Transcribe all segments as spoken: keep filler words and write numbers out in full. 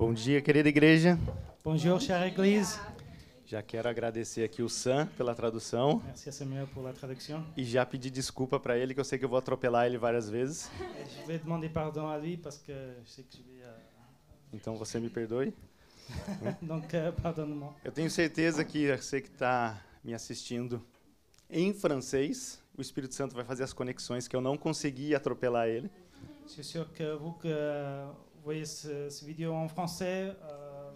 Bom dia, querida igreja. Bonjour, chère Église. Já quero agradecer aqui o Sam pela tradução. Merci à Samuel pour la traduction. E já pedir desculpa para ele, que eu sei que eu vou atropelar ele várias vezes. Et je vais demander pardon à lui parce que je sais que je vais. Euh... Então você me perdoe. Donc, euh, pardonne-moi. Eu tenho certeza que você que está me assistindo em francês, o Espírito Santo vai fazer as conexões que eu não consegui atropelar ele. Je suis sûr que vous que euh, voyez ce, ce vidéo en français. Euh,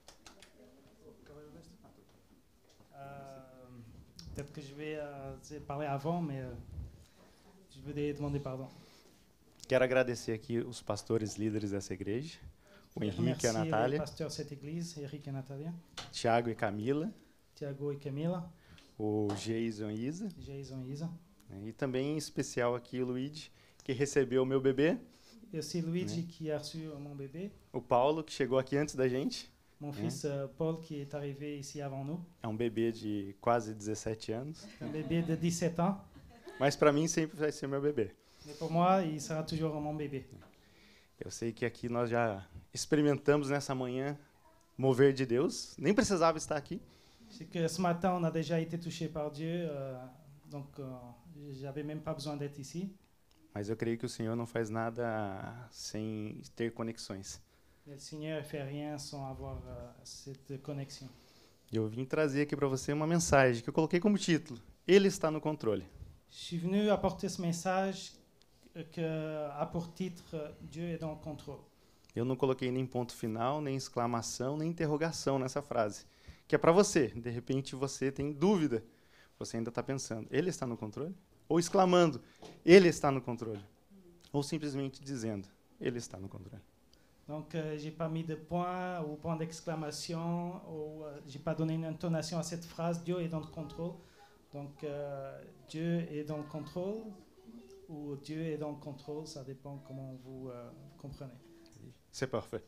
euh, Peut-être que je vais euh, parler avant, mais euh, je vais demander pardon. Quero agradecer aqui os pastores líderes dessa igreja, o Henrique e a Natália, pasteurs de cette église, Henrique et Natalia, Tiago e Camila, Tiago e Camila, o Jason e Isa, Jason e Isa, e também em especial aqui o Luigi, que recebeu o meu bebê. E aussi Luigi, né? Qui a reçu mon bébé. O Paulo, que chegou aqui antes da gente. Mon fils euh, Paul, qui est arrivé ici avant nous. É um bebê de quase dezessete anos. Un bébé de dix-sept ans. Mas para mim sempre vai ser meu bebê. Mais pour moi, il sera toujours mon bébé. Eu sei que aqui nós já experimentamos nessa manhã mover de Deus. Nem precisava estar aqui. C'est que ce matin, on a déjà été touché par Dieu, euh, donc euh, j'avais même pas besoin d'être ici. Mas eu creio que o Senhor não faz nada sem ter conexões. Le Seigneur fait rien sans avoir uh, cette connexion. Eu vim trazer aqui para você uma mensagem que eu coloquei como título: Ele está no controle. Je suis venu apporter ce message que a pour titre Dieu est dans le contrôle. Eu não coloquei nem ponto final, nem exclamação, nem interrogação nessa frase, que é para você. De repente você tem dúvida, você ainda está pensando: Ele está no controle? Ou exclamando: Ele está no controle. Ou simplesmente dizendo: Ele está no controle. Donc, euh, j'ai pas mis de point ou point d'exclamation, ou euh, j'ai pas donné une intonation à cette phrase. Dieu est dans le contrôle. Donc, euh, Dieu est dans le contrôle ou Dieu est dans le contrôle, ça dépend comment vous euh, comprenez. C'est parfait.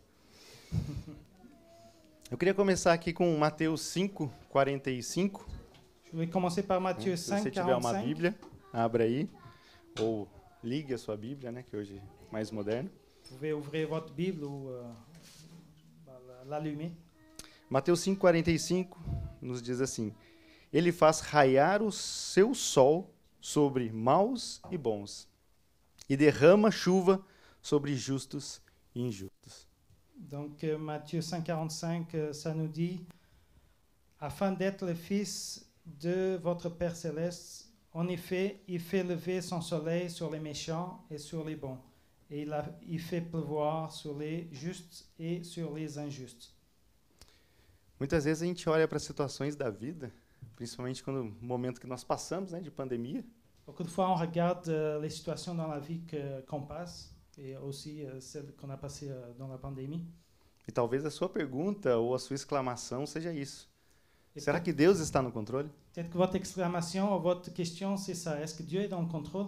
Eu queria começar aqui com Mateus cinco, quarenta e cinco. Je vais commencer par Matthieu Se cinq, você tiver uma quarante-cinq. Bíblia, abra aí, ou ligue a sua Bíblia, né, que hoje é mais moderno. Vous pouvez ouvrir votre Bible ou euh, l'allumer. Mateus cinco, quarenta e cinco nos diz assim: Ele faz raiar o seu sol sobre maus e bons, e derrama chuva sobre justos e injustos. Donc, euh, Matthieu cinq, quarante-cinq, euh, ça nous dit, afin d'être le fils de votre Père céleste, en effet, il fait lever son soleil sur les méchants et sur les bons, et il, a, il fait pleuvoir sur les justes et sur les injustes. Muitas vezes a gente olha para situações da vida, principalmente quando no momento que nós passamos, né, de pandemia. Beaucoup de fois, on regarde euh, les situations dans la vie que, qu'on passe, et aussi euh, celles qu'on a passées euh, dans la pandémie. E talvez a sua pergunta ou a sua exclamação seja isso: Et será que Deus está no controle? peut-être que votre exclamation ou votre question, c'est ça. Est-ce que Dieu est dans le contrôle?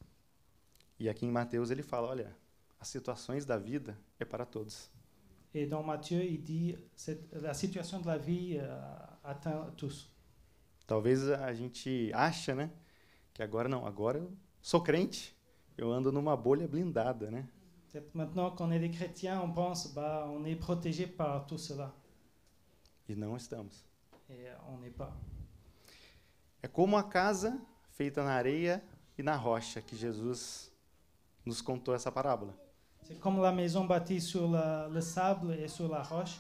E aqui em Mateus ele fala: olha, as situações da vida é para todos. Et dans Matthieu, il dit que la situation de la vie euh, atteint tous. Talvez a gente acha, né, que agora não, agora eu sou crente, eu ando numa bolha blindada, né? Peut-être maintenant qu'on est des chrétiens, on pense bah on est protégé par tout cela. E não estamos. Et on n'est pas. É como a casa feita na areia e na rocha que Jesus nos contou essa parábola. C'est comme la maison bâtie sur la, le sable et sur la roche.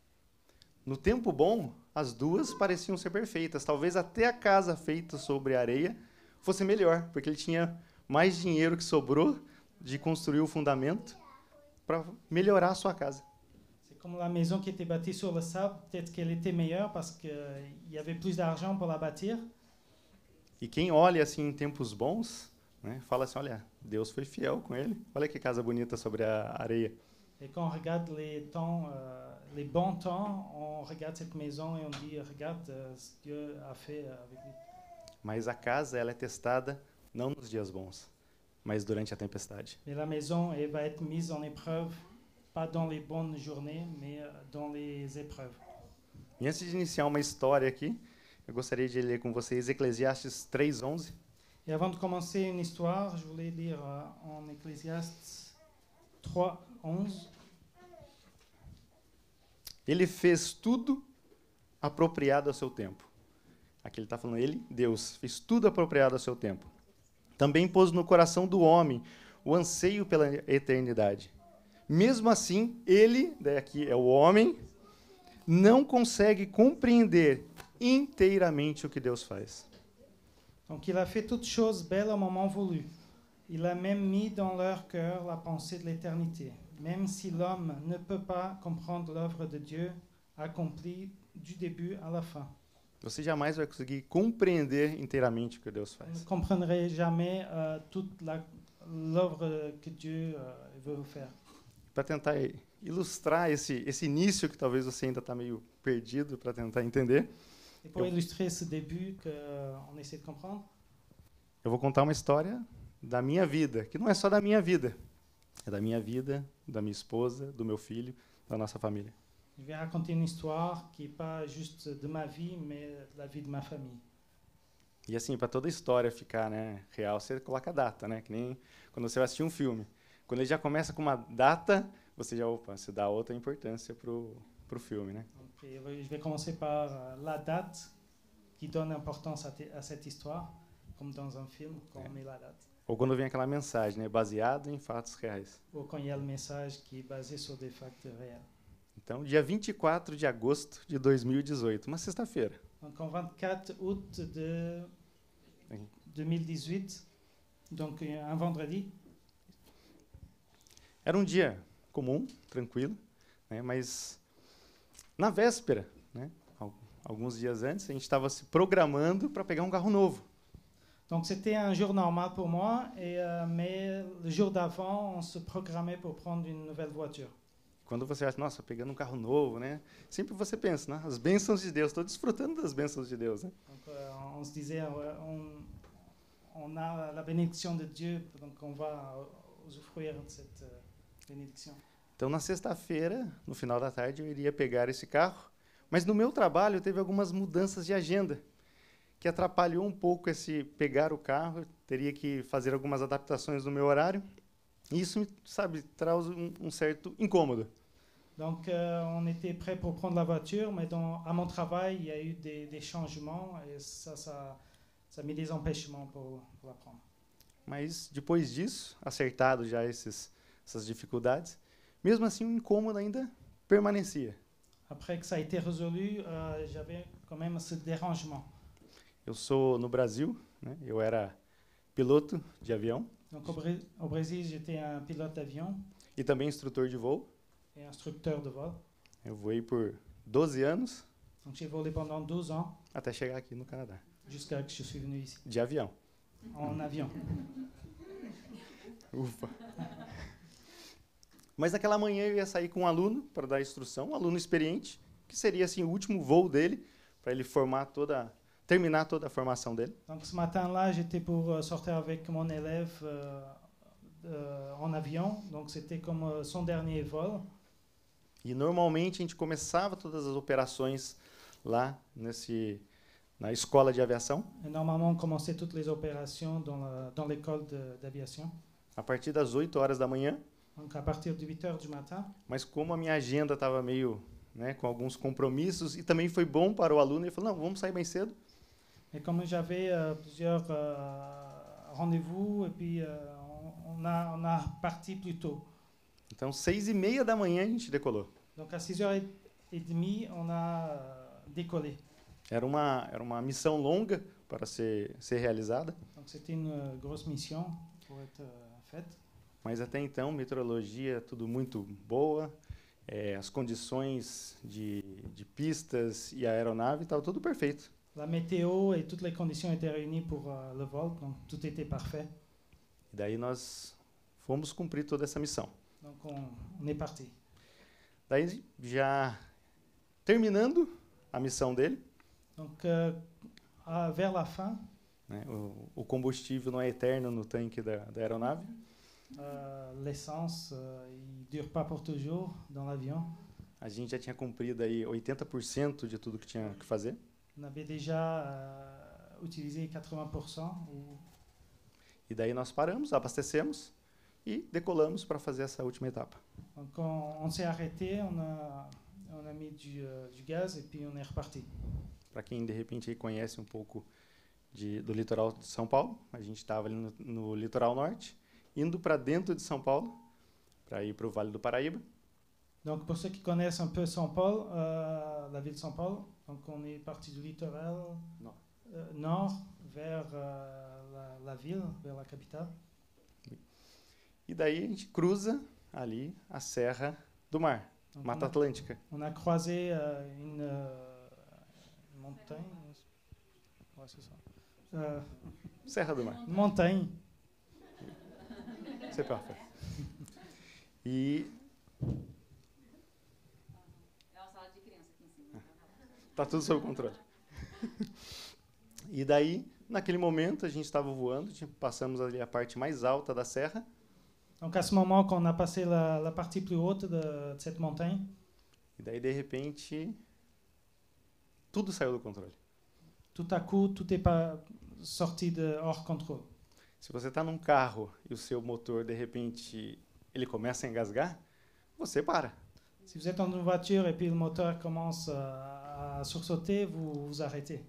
No tempo bom, as duas pareciam ser perfeitas. Talvez até a casa feita sobre areia fosse melhor, porque ele tinha mais dinheiro que sobrou de construir o fundamento para melhorar a sua casa. C'est comme la maison qui était bâtie sur le sable, peut-être qu'elle était meilleure parce qu'il euh, y avait plus d'argent pour la bâtir. E quem olha assim em tempos bons, né, fala assim: olha, Deus foi fiel com ele. Olha que casa bonita sobre a areia. Et quand on regarde les temps, euh, les bons temps, on regarde cette maison et on dit regarde euh, ce que Dieu a fait euh, avec lui. Mas a casa ela é testada não nos dias bons, mas durante a tempestade. Mais la maison elle va être mise en épreuve, pas dans les bonnes journées, mais euh, dans les épreuves. E antes de iniciar uma história aqui, eu gostaria de ler com vocês Eclesiastes três, onze. Et avant de commencer une histoire, je voulais lire euh, en Ecclésiaste trois, onze. Ele fez tudo apropriado ao seu tempo. Aqui ele está falando, ele, Deus, fez tudo apropriado ao seu tempo. Também pôs no coração do homem o anseio pela eternidade. Mesmo assim, ele, daí aqui é o homem, não consegue compreender inteiramente o que Deus faz. Donc il a fait toutes choses belles au moment voulu. Il a même mis dans leur cœur la pensée de l'éternité, même si l'homme ne peut pas comprendre l'œuvre de Dieu accomplie du début à la fin. Você jamais vai conseguir compreender inteiramente o que Deus Vous ne faz. comprendrez jamais euh, toute la- l'œuvre que Dieu euh, veut vous faire. Para tentar ilustrar esse, esse início que talvez você ainda está meio perdido para tentar entender, Et pour Eu- illustrer ce début qu'on essaie de comprendre, eu vou contar uma história da minha vida, que não é só da minha vida, é da minha vida, da minha esposa, do meu filho, da nossa família. je vais raconter une histoire qui n'est pas juste de ma vie, mais de la vie de ma famille. E assim, para toda a história ficar, né, real, você coloca a data, né? Que nem quando você vai assistir um filme. Quando ele já começa com uma data, você já, opa, você dá outra importância pro pro filme, né? Donc, et je vais commencer par euh, la date qui donne importance à, te- à cette histoire, comme dans un film, quand on met la date. Ou quando vem aquela mensagem, né, baseado em fatos reais. Ou quand il y a le message qui est basé sur des faits réels. Então, dia vinte e quatro de agosto de dois mil e dezoito, uma sexta-feira. Donc en vingt-quatre août de Oui. deux mille dix-huit, donc euh, un vendredi, Era um dia comum, tranquilo, né, mas na véspera, né, al- alguns dias antes, a gente estava se programando para pegar um carro novo. donc c'était un jour normal pour moi, et, euh, mais le jour d'avant, on se programmait pour prendre une nouvelle voiture. Quando você acha, nossa, pegando um carro novo, né? Sempre você pensa, né? As bênçãos de Deus, estou desfrutando das bênçãos de Deus, né? Donc euh, on se disait, euh, on, on a la bénédiction de Dieu, donc on va euh, usufruire de cette euh, bénédiction. Então, na sexta-feira, no final da tarde, eu iria pegar esse carro, mas no meu trabalho teve algumas mudanças de agenda, que atrapalhou um pouco esse pegar o carro, eu teria que fazer algumas adaptações no meu horário, e isso, me, sabe, traz um, um certo incômodo. Donc euh, on était prêt pour prendre la voiture, mais dans, à mon travail, il y a eu des, des changements, et ça, ça, ça a mis des empêchements pour, pour la prendre. Mas depois disso, acertado já esses, essas dificuldades, mesmo assim o incômodo ainda permanecia. Après que ça a été résolu, euh, j'avais quand même ce dérangement. Eu sou no Brasil, né? Eu era piloto de avião Donc au, Bré- au Brésil, j'étais un pilote d'avion e também instrutor de voo. et instructeur de vol. Eu voei por doze anos Donc j'ai volé pendant douze ans, até chegar aqui no Canadá, jusqu'à que je suis venu ici, de avião. en avion. Ufa. Mas naquela manhã eu ia sair com um aluno para dar instrução, um aluno experiente, que seria assim o último voo dele, para ele formar toda, terminar toda a formação dele. Donc ce matin-là, j'étais pour euh, sortir avec mon élève euh, euh, en avion. Donc c'était comme euh, son dernier vol. E normalmente a gente começava todas as operações lá nesse na escola de aviação Et normalement, on commençait toutes les opérations dans la- dans l'école de- d'aviation. a partir das oito horas da manhã, Donc à partir de huit heures du matin. mas como a minha agenda estava meio, né, com alguns compromissos e também foi bom para o aluno, ele falou: "Não, vamos sair mais cedo". Et comme j'avais euh, plusieurs euh, rendez-vous, et puis euh, on, on a, on a parti plus tôt. Então, seis e meia da manhã a gente decolou. Donc à six heures trente, on a euh, décollé. Era uma era uma missão longa para ser ser realizada, Donc c'était une euh, grosse mission pour être euh, faite. mas até então meteorologia tudo muito boa, eh, as condições de, de pistas e a aeronave estava tudo perfeito. La météo et toutes les conditions étaient réunies pour euh, le vol, donc tout était parfait. E daí nós fomos cumprir toda essa missão. Donc on, on est parti. Daí já terminando a missão dele, Donc euh, à- vers la fin, né, o, o combustível não é eterno no tanque da, da aeronave. euh, l'essence, euh, il dure pas pour toujours dans l'avion. A gente já tinha cumprido aí oitenta por cento de tudo que tinha que fazer. On avait déjà euh, utilisé quatre-vingts pour cent. ou- E daí nós paramos, abastecemos e decolamos para fazer essa última etapa. Donc on, on s'est arrêté, on a on a mis du, euh, du gaz et puis on est reparti. Para quem de repente aí conhece um pouco de, do litoral de São Paulo, a gente estava ali no, no litoral norte, indo para dentro de São Paulo, para ir para o Vale do Paraíba. Donc pour ceux qui connaissent un peu São Paulo, euh, la ville de São Paulo, donc on est parti du littoral Nord. euh, nord vers euh, la, la ville, vers la capitale. E daí a gente cruza ali a Serra do Mar, Donc Mata on, a, Atlântica. on a croisé euh, une, euh, une montagne. Ouais, c'est ça. Euh, Serra do Mar. une montagne. C'est parfait. E É uma sala de criança aqui em cima. tá tudo sob controle. E daí, naquele momento, a gente estava voando, tipo, passamos ali a parte mais alta da serra. Donc à ce moment qu'on a passé la, la partie plus haute de, de cette montagne, E daí, de repente, tudo saiu do controle. tout à coup, tout est pas sorti de hors contrôle. Se você está num carro e o seu motor, de repente, ele começa a engasgar, você para. Si vous êtes dans une voiture et puis le moteur commence à, à sursauter, vous vous arrêtez.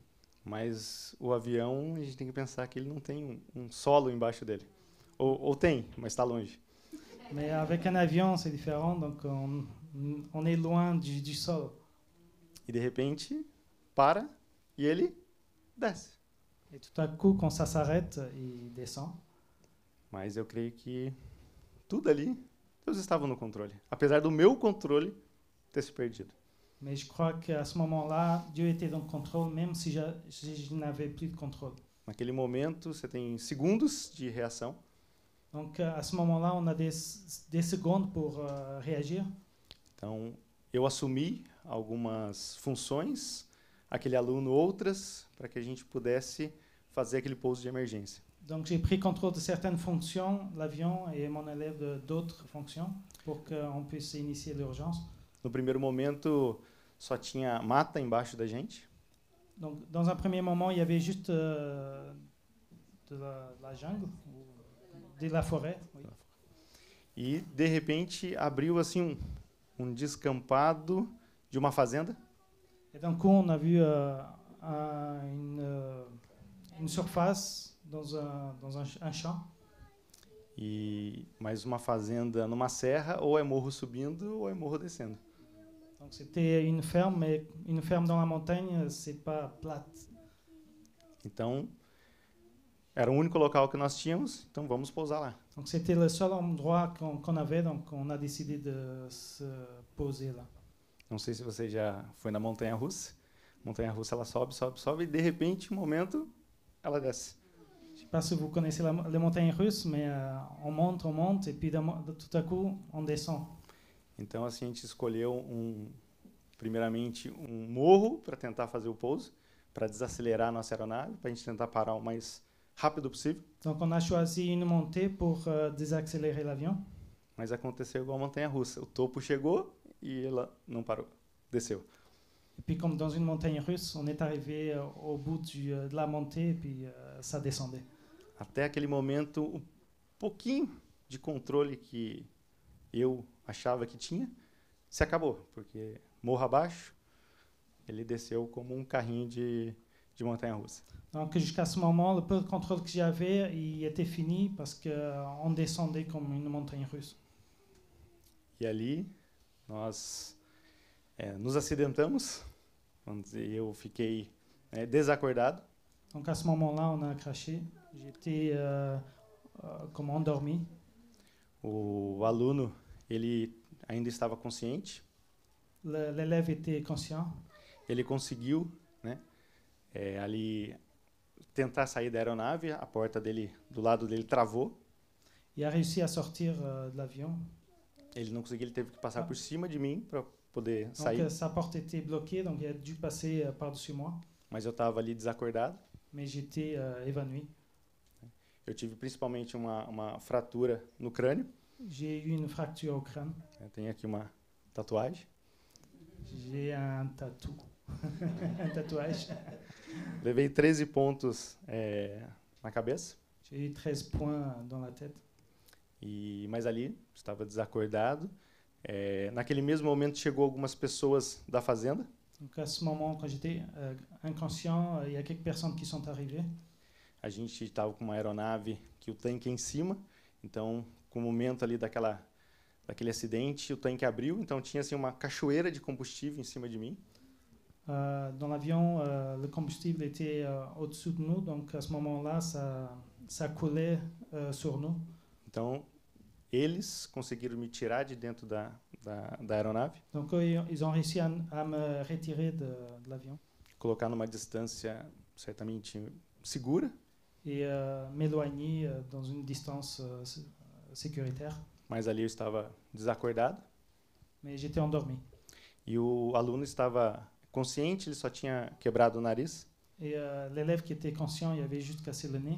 Mas o avião, a gente tem que pensar que ele não tem um, um solo embaixo dele. Ou, ou tem, mas está longe. Mais avec un avion, c'est différent, donc on, on est loin du, du sol. E de repente, para e ele desce. Et tout à coup, quand ça s'arrête, il descend. Mas eu creio que tudo ali, Deus estava no controle. Apesar do meu controle ter se perdido. Mais je crois qu'à ce moment-là, Dieu était dans le contrôle, même si je, si je n'avais plus de contrôle. Naquele momento, você tem segundos de reação. Donc à ce moment-là, on a des, des secondes pour euh, réagir. Então, eu assumi algumas funções, aquele aluno outras, para que a gente pudesse fazer aquele pouso de emergência. Donc j'ai pris contrôle de certaines fonctions, l'avion, et mon élève de- d'autres fonctions, pour qu'on puisse initier l'urgence. No primeiro momento, só tinha mata embaixo da gente. Donc dans un premier moment, il y avait juste euh, de la, la jungle, ou de la forêt. Oui. E, de repente, abriu assim um, um descampado de uma fazenda. Et d'un coup, on a vu euh, un- une, euh, une surface dans un, dans un, ch- un champ. E mais uma fazenda numa serra, ou é morro subindo, ou é morro descendo. Donc c'était une ferme, mais une ferme dans la montagne, c'est pas plate. Então, era o único local que nós tínhamos, então vamos pousar lá. Donc c'était le seul endroit qu'on qu'on avait, donc on a décidé de se poser là. Não sei se você já foi na montanha-russa. Montanha-russa, ela sobe, sobe, sobe, e de repente, um momento, ela desce. Je sais pas si vous connaissez la, les montagnes russes, mais euh, on monte, on monte, et puis d'un mo- de- tout à coup, on descend. Então, assim, a gente escolheu, um, primeiramente, um morro para tentar fazer o pouso, para desacelerar a nossa aeronave, para a gente tentar parar o mais rápido possível. Donc on a choisi une montée pour euh, désaccélérer l'avion. Mas aconteceu igual a montanha-russa. O topo chegou e ela não parou, desceu. Et puis comme dans une montagne russe, on est arrivé euh, au bout du, euh, de la montée, et puis euh, ça descendait. Até aquele momento, um pouquinho de controle que eu achava que tinha, se acabou, porque morro abaixo, ele desceu como um carrinho de, de montanha-russa. Donc jusqu'à ce moment, le peu de contrôle que j'avais, il était fini parce qu'on descendait comme une montagne russe. E ali, nós é, nos acidentamos, vamos dizer, eu fiquei é, desacordado, Donc à ce moment-là, on a craché. J'étais euh, euh, comme endormi. o aluno, ele ainda estava consciente, Le- L'élève était conscient. ele conseguiu, né, é, ali tentar sair da aeronave, a porta dele, do lado dele, travou, Il a réussi à sortir euh, de l'avion. ele não conseguiu, ele teve que passar por cima de mim para poder Donc sair, euh, sa porte était bloquée, donc il a dû passer euh, par-dessus moi. mas eu estava ali desacordado. Mais j'étais euh, évanoui. Eu tive principalmente uma, uma fratura no crânio, J'ai eu une fracture au crâne. eu tenho aqui uma tatuagem, J'ai un tatou. Un tatouage. levei treze pontos é, na cabeça. J'ai eu treize points dans la tête. E, mas ali, estava desacordado, É, naquele mesmo momento chegou algumas pessoas da fazenda. Donc à ce moment, quand j'étais euh, inconscient, euh, il y a quelques personnes qui sont arrivées. A gente estava com uma aeronave que o tanque é em cima, então, com o momento ali daquela, daquele acidente, o tanque abriu, então tinha assim uma cachoeira de combustível em cima de mim. Euh, dans l'avion, euh, le combustible était euh, au-dessous de nous, donc à ce moment-là, ça, ça coulait euh, sur nous. Então, eles conseguiram me tirar de dentro da, da, da aeronave, Donc eux, ils ils ont réussi à, à me retirer de, de l'avion colocar numa distância certamente segura, et euh, m'éloigner euh, dans une distance euh, sé- sécuritaire. mas ali eu estava desacordado Mais j'étais endormi. e o aluno estava consciente, ele só tinha quebrado o nariz. Et euh, l'élève qui était conscient, il avait juste cassé le nez.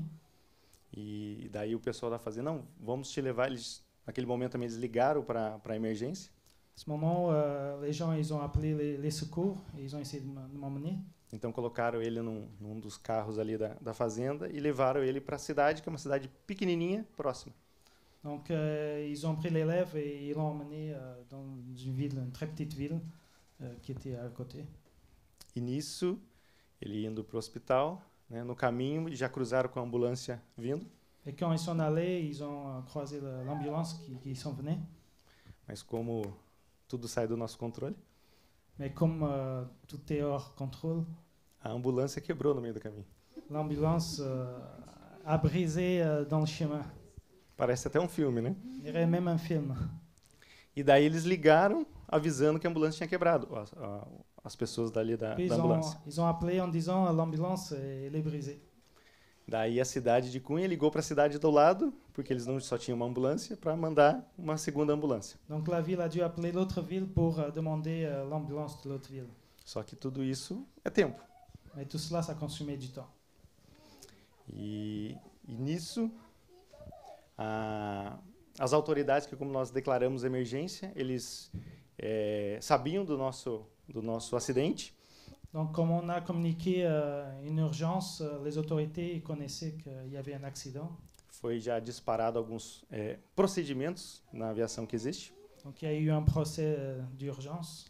E daí o pessoal da fazenda, não, vamos te levar. Eles, naquele momento também eles ligaram para a emergência. À ce moment, euh, les gens, ils ont appelé les, les secours et ils ont essayé de m- de m'emmener. Então colocaram ele num, num dos carros ali da, da fazenda e levaram ele para a cidade, que é uma cidade pequenininha, próxima. Donc euh, ils ont pris l'élève et ils l'ont emmené euh, dans une ville, une très petite ville euh, qui était à côté. E nisso, ele indo para o hospital, né, no caminho, já cruzaram com a ambulância vindo. Et quand ils sont allés, ils ont euh, croisé le- l'ambulance qui, qui sont venus. Mas como tudo sai do nosso controle, Mais comme euh, tout est hors contrôle, a ambulância quebrou no meio do caminho. l'ambulance euh, a brisé euh, dans le chemin. Parece até um filme, né? Il y aurait même un film. E daí eles ligaram avisando que a ambulância tinha quebrado, as, a- as pessoas dali da, Puis da ils, ont, ambulância. ils ont appelé en disant euh, l'ambulance euh, elle est brisée. Daí a cidade de Cunha ligou para a cidade do lado, porque eles não só tinham uma ambulância, para mandar uma segunda ambulância. Donc la ville a dû appeler l'autre ville pour euh, demander euh, l'ambulance de l'autre ville. Só que tudo isso é tempo. Mais tout cela, ça consumait du temps. E, e nisso, a, as autoridades, que como nós declaramos emergência, eles eh, sabiam do nosso, do nosso acidente. Donc comme on a communiqué euh, une urgence, euh, les autorités ils connaissaient qu'il y avait un accident. Foi já disparado alguns eh, procedimentos na aviação que existe. Donc il y a eu un procès euh, d'urgence.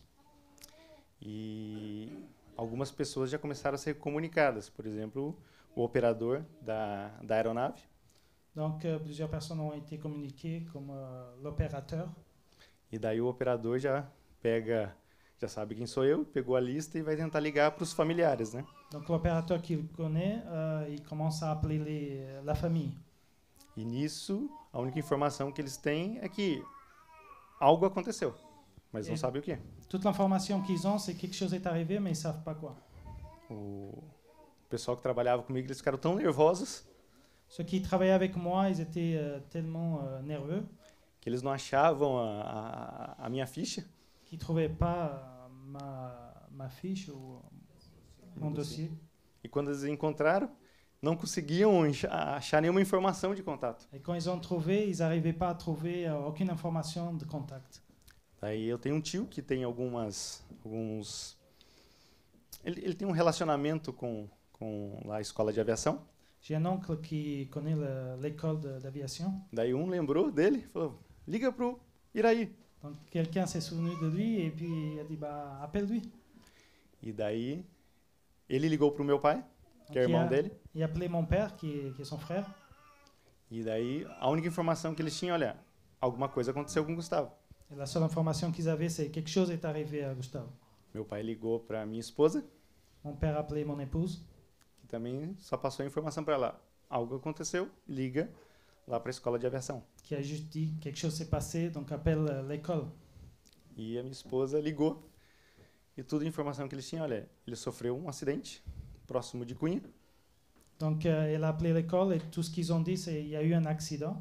E algumas pessoas já começaram a ser comunicadas. Por exemplo, o operador da, da aeronave. Donc euh, plusieurs personnes ont été communiquées, comme euh, l'opérateur. E daí o operador já pega, já sabe quem sou eu, pegou a lista e vai tentar ligar para os familiares, né? Donc l'opérateur qu'il connaît, euh, il commence à appeler les- la famille. E nisso, a única informação que eles têm é que algo aconteceu, mas não E- sabem o que. Toute l'information qu'ils ont, c'est que quelque chose est arrivé, mais ils ne savent pas quoi. O pessoal que trabalhava comigo, eles ficaram tão nervosos Ceux qui travaillaient avec moi, ils étaient euh, tellement euh, nerveux que eles não achavam a, a, a minha ficha. qu'ils ne trouvaient pas euh, ma, ma fiche ou mon dossier. E quando eles encontraram, não conseguiam encha- achar nenhuma informação de contato. Et quand ils ont trouvé, ils n'arrivaient pas à trouver euh, aucune information de contact. Daí eu tenho um tio que tem algumas, alguns, ele, ele tem um relacionamento com com lá a escola de aviação. J'ai un oncle qui connaît le- l'école de- d'aviation. Daí um lembrou dele, falou: liga pro Iraí. Donc quelqu'un s'est souvenu de lui et puis il a dit bah, appelle-lui. E daí ele ligou pro meu pai, que é Donc, il, irmão a, dele. il a appelé mon père, qui est, qui est son frère. E daí a única informação que eles tinham, olha, alguma coisa aconteceu com o Gustavo. Et la seule information qu'ils avaient, c'est quelque chose est arrivé à Gustave. Meu pai ligou para minha esposa, Mon père a appelé mon épouse. que também só passou a informação para ela. Algo aconteceu, liga lá para a escola de aviação. Qui a juste dit quelque chose s'est passé, donc appelle euh, l'école. E a minha esposa ligou e toda a informação que eles tinham, olha, ele sofreu um acidente próximo de Cunha Donc euh, elle a appelé l'école et tout ce qu'ils ont dit, c'est qu'il y a eu un accident.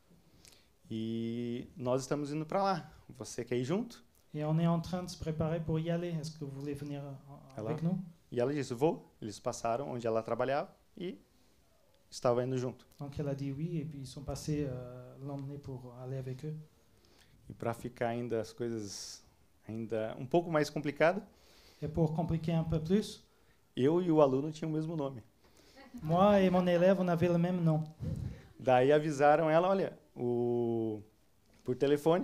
e nós estamos indo para lá. Você quer ir junto? Et on est en train de se préparer pour y aller. Est-ce que vous voulez venir euh, Alors? avec nous? E ela disse, vou. Eles passaram onde ela trabalhava e estava indo junto. Donc elle a dit oui et puis ils sont passés euh, l'emmener pour aller avec eux. E para ficar ainda as coisas ainda um pouco mais complicadas, Et pour compliquer un peu plus, eu e o aluno tinham o mesmo nome. moi et mon élève, on avait le même nom. Daí avisaram ela, olha, o por telefone,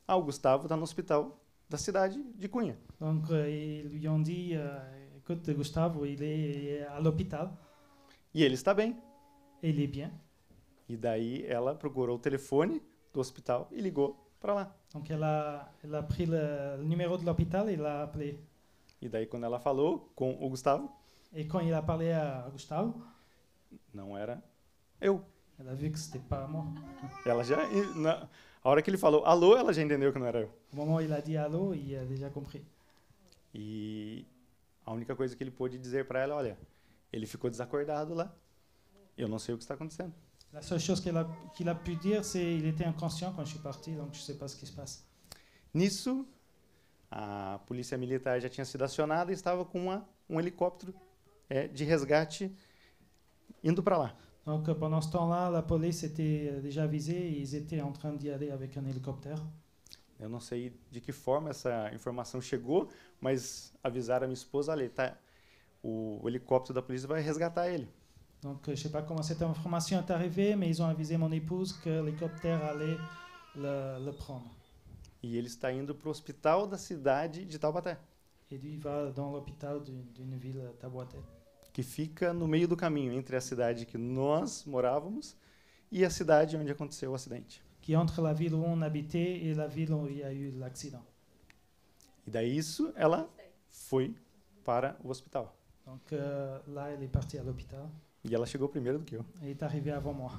ah, o Gustavo está no hospital da cidade de Cunha. Donc, euh, ils lui ont dit, euh, écoute, Gustavo, il est à l'hôpital, E ele está bem. et il est bien. E daí ela procurou o telefone do hospital e ligou para lá. Donc, elle a, elle a pris le, le numéro de l'hôpital et l'a appelé. E daí quando ela falou com o Gustavo, Et quand il a parlé à Gustavo, não era eu. elle a vu que c'était pas moi. Ela já, na a hora que ele falou alô, ela já entendeu que não era eu. Au moment où il a dit allô, il a déjà compris. E a única coisa que ele pôde dizer para ela, olha, ele ficou desacordado lá. Eu não sei o que está acontecendo. La seule chose qu'il a, qu'il a pu dire, c'est qu'il était inconscient quand je suis parti, donc je ne sais pas ce qui se passe. Nisso, a polícia militar já tinha sido acionada e estava com uma, um helicóptero é, de resgate indo para lá. Donc euh, pendant ce temps-là, la police était euh, déjà visée et ils étaient en train d'y aller avec un hélicoptère. Eu não sei de que forma essa informação chegou, mas avisaram a minha esposa, olha, tá, o, o helicóptero da polícia vai resgatar ele. Donc euh, je ne sais pas comment cette information est arrivée, mais ils ont avisé mon épouse que l'hélicoptère allait le, le prendre. E ele está indo para o hospital da cidade de Taubaté, Et lui, il va dans l'hôpital d'une, d'une ville, Taboaté, que fica no meio do caminho entre a cidade que nós morávamos e a cidade onde aconteceu o acidente. qui est entre la ville où on habitait et la ville où il y a eu l'accident. E daí isso, ela foi para o hospital. Donc euh, là, elle est partie à l'hôpital E ela chegou primeiro do que eu. et est arrivée avant moi.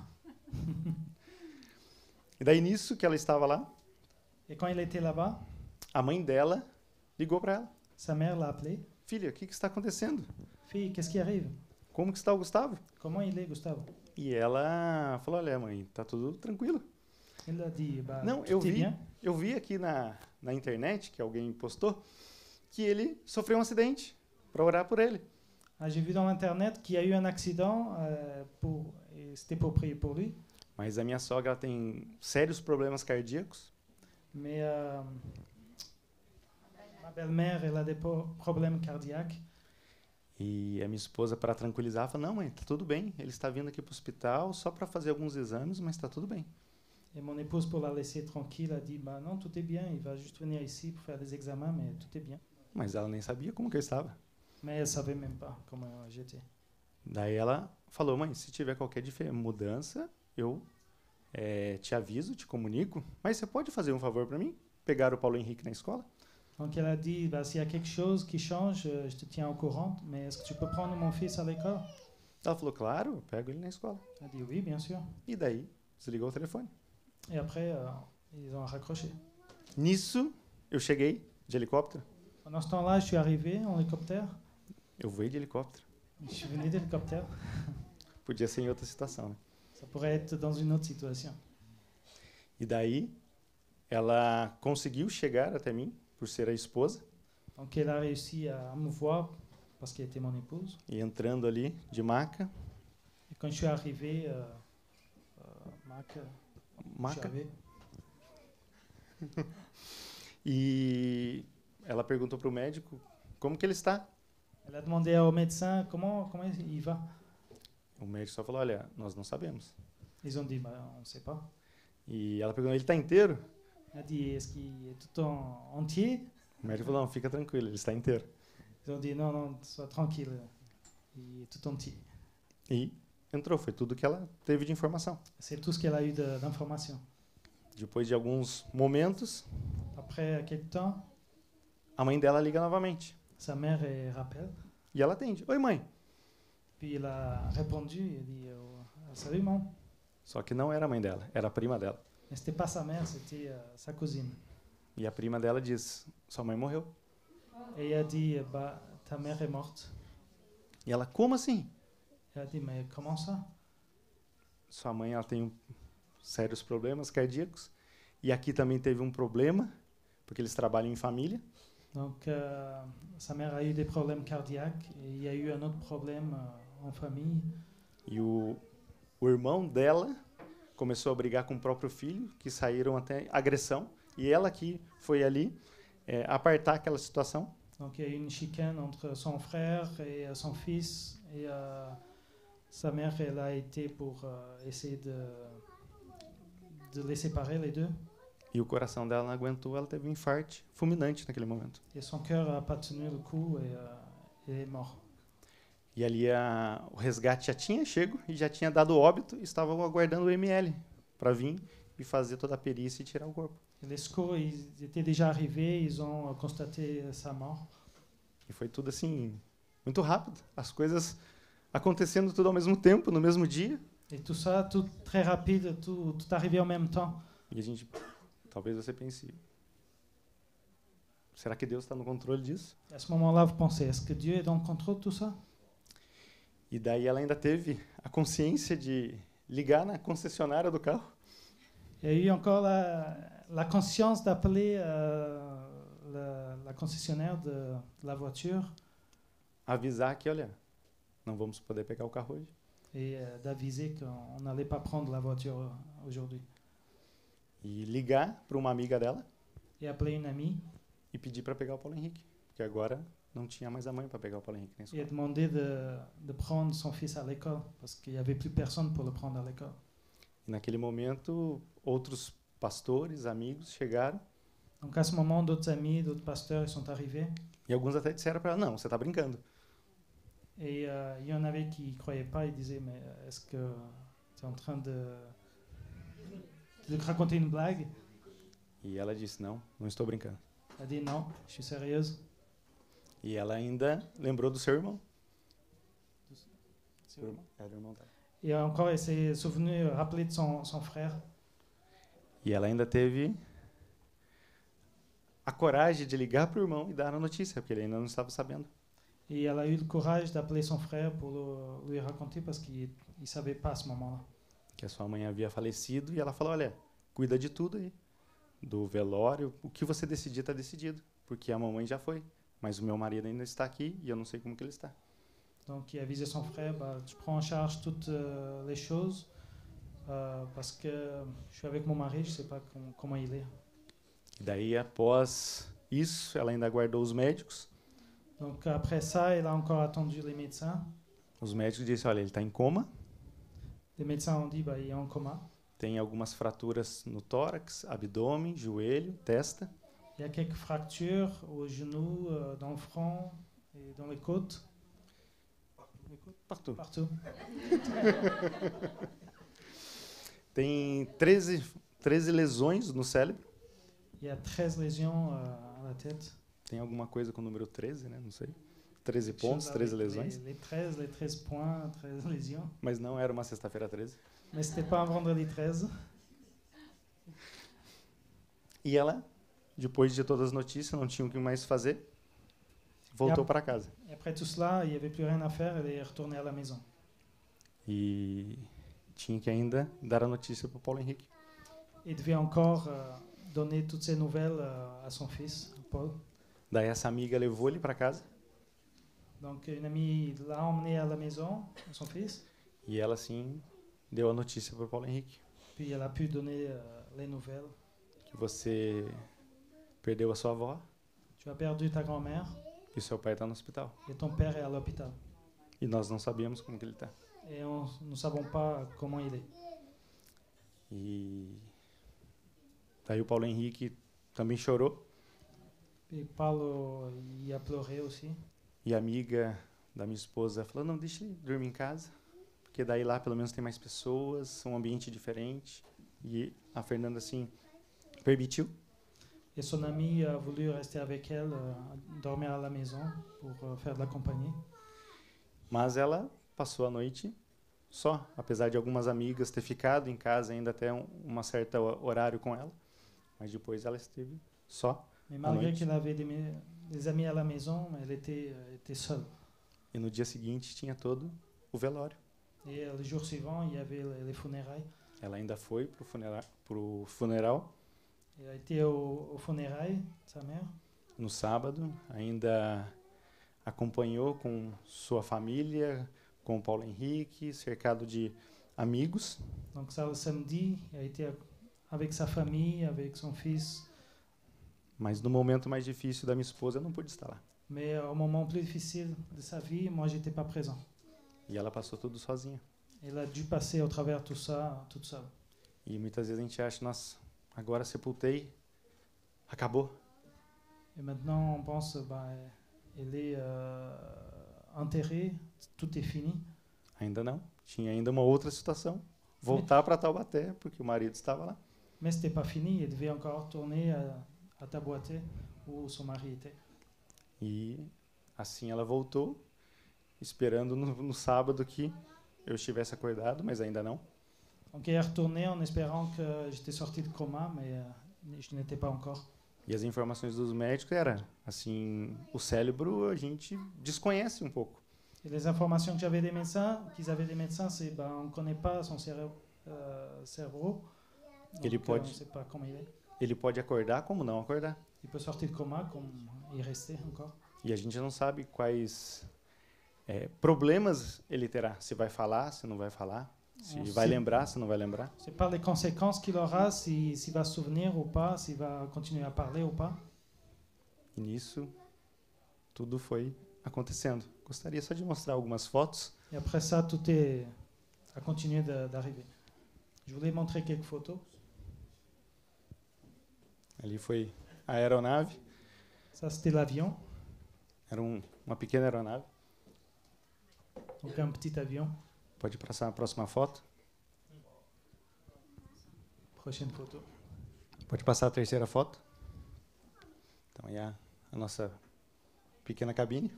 E daí nisso que ela estava lá, Et quand il était là-bas, a mãe dela ligou para ela. sa mère l'a appelé. Filha, o que, que está acontecendo? Fille, qu'est-ce qui arrive? Como que está o Gustavo? Comment il est, Gustavo? E ela falou, olha mãe, tá tudo tranquilo. Elle a dit, bah, Não, tout eu est vi, bien. eu vi aqui na, na internet, que alguém postou, que ele sofreu um acidente, para orar por ele. Ah, j'ai vu dans l'internet qu'il y a eu un accident euh, pour, et c'était pour prier pour lui. Mas a minha sogra ela tem sérios problemas cardíacos Mais euh, ma belle-mère, elle a des po- problèmes cardiaques. e a minha esposa, para tranquilizar, falou, não mãe, tá tudo bem, ele está vindo aqui para o hospital só para fazer alguns exames, mas está tudo bem. Et mon épouse, pour la laisser tranquille, a dit, bah non, tout est bien, il va juste venir ici pour faire des examens, mais tout est bien. Mas ela nem sabia como que eu estava. Mais elle savait même pas comment j'étais. Daí ela falou, mãe, se tiver qualquer dife- mudança, eu eh, te aviso, te comunico, mas você pode fazer um favor para mim? Pegar o Paulo Henrique na escola? Donc elle a dit, bah, s'il y a quelque chose qui change, euh, je te tiens au courant, mais est-ce que tu peux prendre mon fils à l'école? Ela falou, claro, eu pego ele na escola. Elle a dit, oui, bien sûr. E daí, desligou o telefone. Et après, euh, ils ont raccroché. Nisso, eu cheguei de helicóptero. Pendant ce temps-là, je suis arrivé en hélicoptère. Eu voei de helicóptero. Je suis venu d'hélicoptère. Podia ser em outra situação, né? Ça pourrait être dans une autre situation. E daí, ela conseguiu chegar até mim, por ser a esposa, Donc elle a réussi à me voir parce qu'elle était mon épouse. e entrando ali de maca, Et quand je suis arrivé, euh, euh, Mac, euh, je suis maca, arrivé. e ela perguntou para o médico como que ele está. Elle a demandé au médecin comment, comment il va. O médico só falou, olha, nós não sabemos. Ils ont dit, bah, on ne sait pas. E ela perguntou, ele está inteiro? Elle a dit, est-ce qu'il est tout en entier? O médico falou, não, fica tranquilo, ele está inteiro. Ils ont dit, non, non, sois tranquille. Il est tout entier. E entrou, foi tudo que ela teve de informação. C'est tout ce qu'elle a eu de- d'informations. Depois de alguns momentos, Après quelques temps, a mãe dela liga novamente. sa mère elle rappelle. E ela atende. Oi, mãe. Puis elle a répondu, elle dit, euh, salut maman. Só que não era a mãe dela, era a prima dela. Mais c'était pas sa mère, c'était euh, sa cousine. E a prima dela diz, sua mãe morreu. Et elle a dit, bah, ta mère est morte. E ela, como assim? Elle a dit, mais comment ça? Sua mãe ela tem um- sérios problemas cardíacos. E aqui também teve um problema, porque eles trabalham em família. Donc, euh, sa mère a eu des problèmes cardiaques et il y a eu un autre problème euh, en famille. E o, o irmão dela começou a brigar com o próprio filho, que saíram até agressão. E ela que foi ali é, apartar aquela situação. Donc, il y a eu une chicane entre son frère et euh, son fils. Et euh, sa mère, elle a été pour euh, essayer de, de les séparer, les deux. E o coração dela não aguentou, ela teve um infarte fulminante naquele momento. Et son cœur n'a pas tenu le coup et euh, il est mort. E ali a, o resgate já tinha chego e já tinha dado óbito e estavam aguardando o M L para vir e fazer toda a perícia e tirar o corpo. Et les secours, ils étaient déjà arrivés, ils ont euh, constaté euh, sa mort. E foi tudo assim, muito rápido. As coisas acontecendo tudo ao mesmo tempo, no mesmo dia. Et tout ça, tout très rapide, tout, tout arrivé en même temps. E a gente, talvez você pense, será que Deus está no controle disso? Et à ce moment-là, vous pensez, est-ce que Dieu est dans le contrôle de tout ça? E daí ela ainda teve a consciência de ligar na concessionária do carro. Il y a eu encore la, la conscience d'appeler euh, la, la concessionnaire de, de la voiture Avisar que, olha, não vamos poder pegar o carro hoje. et euh, d'aviser qu'on n'allait pas prendre la voiture euh, aujourd'hui. E ligar para uma amiga dela Et appeler une amie e pedir para pegar o Paulo Henrique. Porque agora não tinha mais a mãe para pegar o Paulo Henrique na et escola. demander de, de prendre son fils à l'école parce qu'il n'y avait plus personne pour le prendre à l'école. E naquele momento, outros pastores, amigos chegaram Donc à ce moment, d'autres amis, d'autres pasteurs, ils sont arrivés. e alguns até disseram para ela, não, você está brincando. Et euh, il y en avait qui ne croyaient pas, ils disaient, mais euh, est-ce que tu es en train de, de raconter une blague? E ela disse, não, não estou brincando. Elle a dit, non, je suis sérieuse. E ela ainda lembrou do seu irmão. Seu irmão? Era o irmão dela. Et encore, elle s'est souvenue, rappelée de son, son frère. E ela ainda teve a coragem de ligar para o irmão e dar a notícia, porque ele ainda não estava sabendo. Et elle a eu le courage d'appeler son frère pour le- lui raconter parce qu'il ne savait pas à ce moment-là. Que a sua mãe havia falecido e ela falou, olha, cuida de tudo aí. Do velório, o que você decidir está decidido, porque a mamãe já foi, mas o meu marido ainda está aqui e eu não sei como que ele está. Donc il a avisé son frère, bah, tu prends en charge toutes euh, les choses euh, parce que je suis avec mon mari, je ne sais pas com- comment il est. E daí, após isso, ela ainda aguardou os médicos. Donc après ça, elle a encore attendu les médecins. Os médicos disseram, olha, ele está em coma, Les médecins ont dit, bah, il est en coma. tem algumas fraturas no tórax, abdômen, joelho, testa. Il y a quelques fractures au genou, euh, dans le front et dans les côtes, Partout. partout. Tem treze, treze lesões no cérebro. Il y a treize lésions euh, à la tête. Tem alguma coisa com o número treze, né? Não sei. treze Quelque chose pontos, treze avec lesões. Les, les treize, les treize points, treize lésions. Mas não era uma sexta-feira treze. Mais c'était pas un vendredi treize. E ela, depois de todas as notícias, não tinha o que mais fazer, voltou Yep. para casa. Et après tout cela, il n'y avait plus rien à faire, elle est retournée à la maison. E tinha que ainda dar a notícia para o Paulo Henrique. Et devait encore euh, donner toutes ces nouvelles euh, à son fils, Paul. Daí essa amiga levou ele para casa Donc une amie l'a emmené à la maison, son fils, e ela, assim, deu a notícia para o Paulo Henrique. puis elle a pu donner euh, les nouvelles. Que você perdeu a sua avó Tu as perdu ta grand-mère e o seu pai está no hospital. et ton père est à l'hôpital. E nós não sabíamos como que ele está. Et on- nous ne savons pas comment il est. E daí o Paulo Henrique também chorou. Et Paulo, il a pleuré aussi. E a amiga da minha esposa falou, não, deixa ele dormir em casa, porque daí lá pelo menos tem mais pessoas, um ambiente diferente. E a Fernanda, assim, permitiu. Et son ami a voulu rester avec elle, euh, dormir à la maison pour euh, faire de la compagnie. Mas ela passou a noite só, apesar de algumas amigas ter ficado em casa ainda até um uma certa ho- horário com ela. Mas depois ela esteve só. Mais malgré noite. qu'elle avait des, mi- des amis à la maison, elle était, euh, était seule. E no dia seguinte tinha todo o velório. Et euh, le jour suivant, il y avait les, les funérailles. Ela ainda foi pro funeral, pro funeral Elle a été au, aux funérailles de sa mère. no sábado, ainda acompanhou com sua família, com o Paulo Henrique, cercado de amigos. Donc ça, le samedi, il a été avec sa famille, avec son fils. Mas no momento mais difícil da minha esposa, eu não pude estar lá. Mais euh, au moment plus difficile de sa vie, moi, j'étais pas présent. E ela passou tudo sozinha. Elle a dû passer au travers de tout ça toute seule. E muitas vezes a gente acha, nossa, agora sepultei, acabou. Et maintenant, on pense, bah, elle est euh, enterrée, tout est fini. Ainda não. Tinha ainda uma outra situação. Voltar para Taubaté, porque o marido estava lá. Mais c'était pas fini, elle devait encore retourner à, à Taboaté, où son mari était. E assim ela voltou, esperando no, no sábado que eu estivesse acordado, mas ainda não. Donc elle est retournée en espérant que j'étais sorti de coma, mais euh, je n'étais pas encore. E as informações dos médicos eram, assim, o cérebro a gente desconhece um pouco. Et les informations que j'avais des médecins, qu'ils avaient des médecins, c'est ben on ne connaît pas son cérebro, euh, cerveau. Donc, Ele euh, pode, on ne sait pas comment il est. ele pode acordar como não acordar. Il peut sortir de coma comme y rester encore. E a gente não sabe quais é, problemas ele terá. Se vai falar, se não vai falar. Se On vai sait- lembrar, se não vai lembrar. C'est pas les conséquences qu'il aura, si- s'il va se souvenir ou pas, s'il va continuer à parler ou pas. E nisso, tudo foi acontecendo. Gostaria só de mostrar algumas fotos. Et après ça, tout est a continué de- d'arriver. Je voulais montrer quelques photos. Ali foi a aeronave. Ça, c'était l'avion, Era um, uma pequena aeronave. donc un petit avion. Pode passar a próxima foto. Prochaine photo. Pode passar a terceira foto. Então, aí a, a nossa pequena cabine.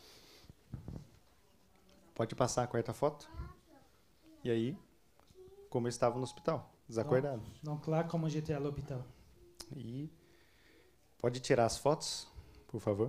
Pode passar a quarta foto. E aí, como eu estava no hospital, desacordado. Donc là, comment j'étais à l'hôpital. E pode tirar as fotos, por favor.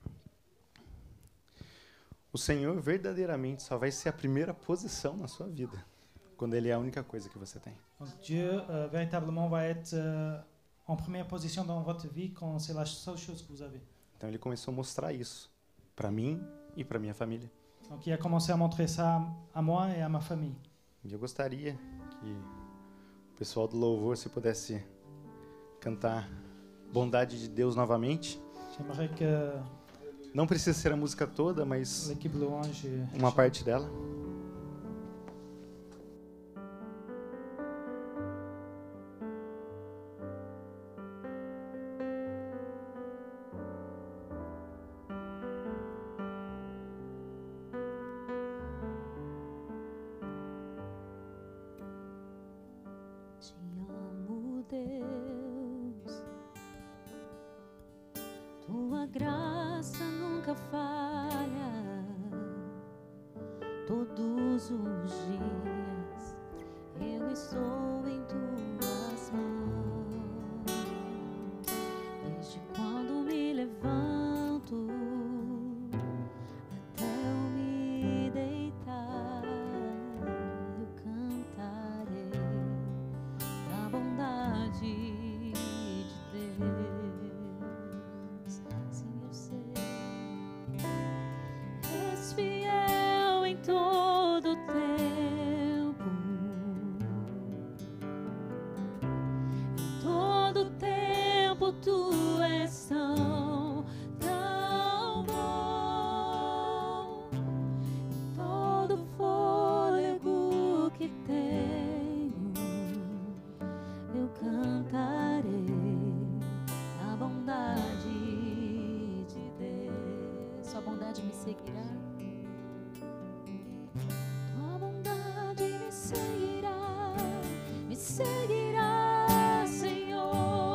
O Senhor verdadeiramente só vai ser a primeira posição na sua vida, quando Ele é a única coisa que você tem. Donc Dieu, euh, véritablement, va être euh, en première position dans votre vie quand c'est la seule chose que vous avez. Então Ele começou a mostrar isso para mim e para minha família. Donc il a commencé à montrer ça à moi et à ma famille. E eu gostaria que o pessoal do louvor, se pudesse cantar Bondade de Deus novamente. J'aimerais que Não precisa ser a música toda, mas l'équipe louange uma parte dela. Te amo, Deus, tua graça nunca falha. Todos os dias eu estou em tuas mãos. Desde quando me levanto até eu me deitar, eu cantarei a bondade de Deus. Sim, eu sei. És fiel em todo o tempo. Em todo o tempo tu és tão, tão bom. Em todo o fôlego que tenho, eu cantarei a bondade de Deus. Sua bondade me seguirá. Tua bondade me seguirá, me seguirá, Senhor.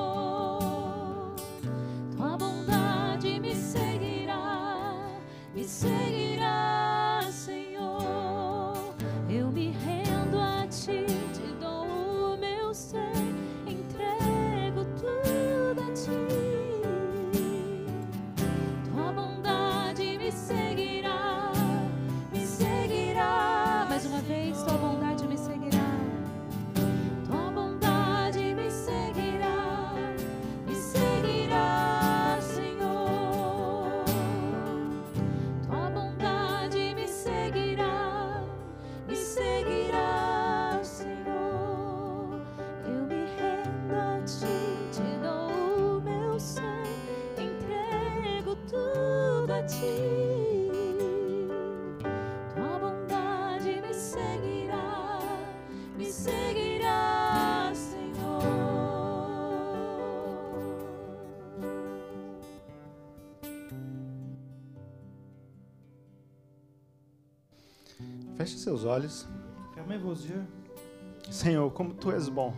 Tua bondade me seguirá, me seguirá, Senhor. Eu me rendo a ti, te dou o meu ser, entrego tudo a ti. Tua bondade me seguirá, me seguirá. Mais uma vez, tua bondade me seguirá. Tua bondade me seguirá, me seguirá, Senhor. Tua bondade me seguirá, me seguirá, Senhor. Eu me rendo a ti, te dou o meu ser, entrego tudo a ti. Tua bondade me seguirá, me seguirá, Senhor. Feche seus olhos. Fermez vos yeux. Senhor, como Tu és bom.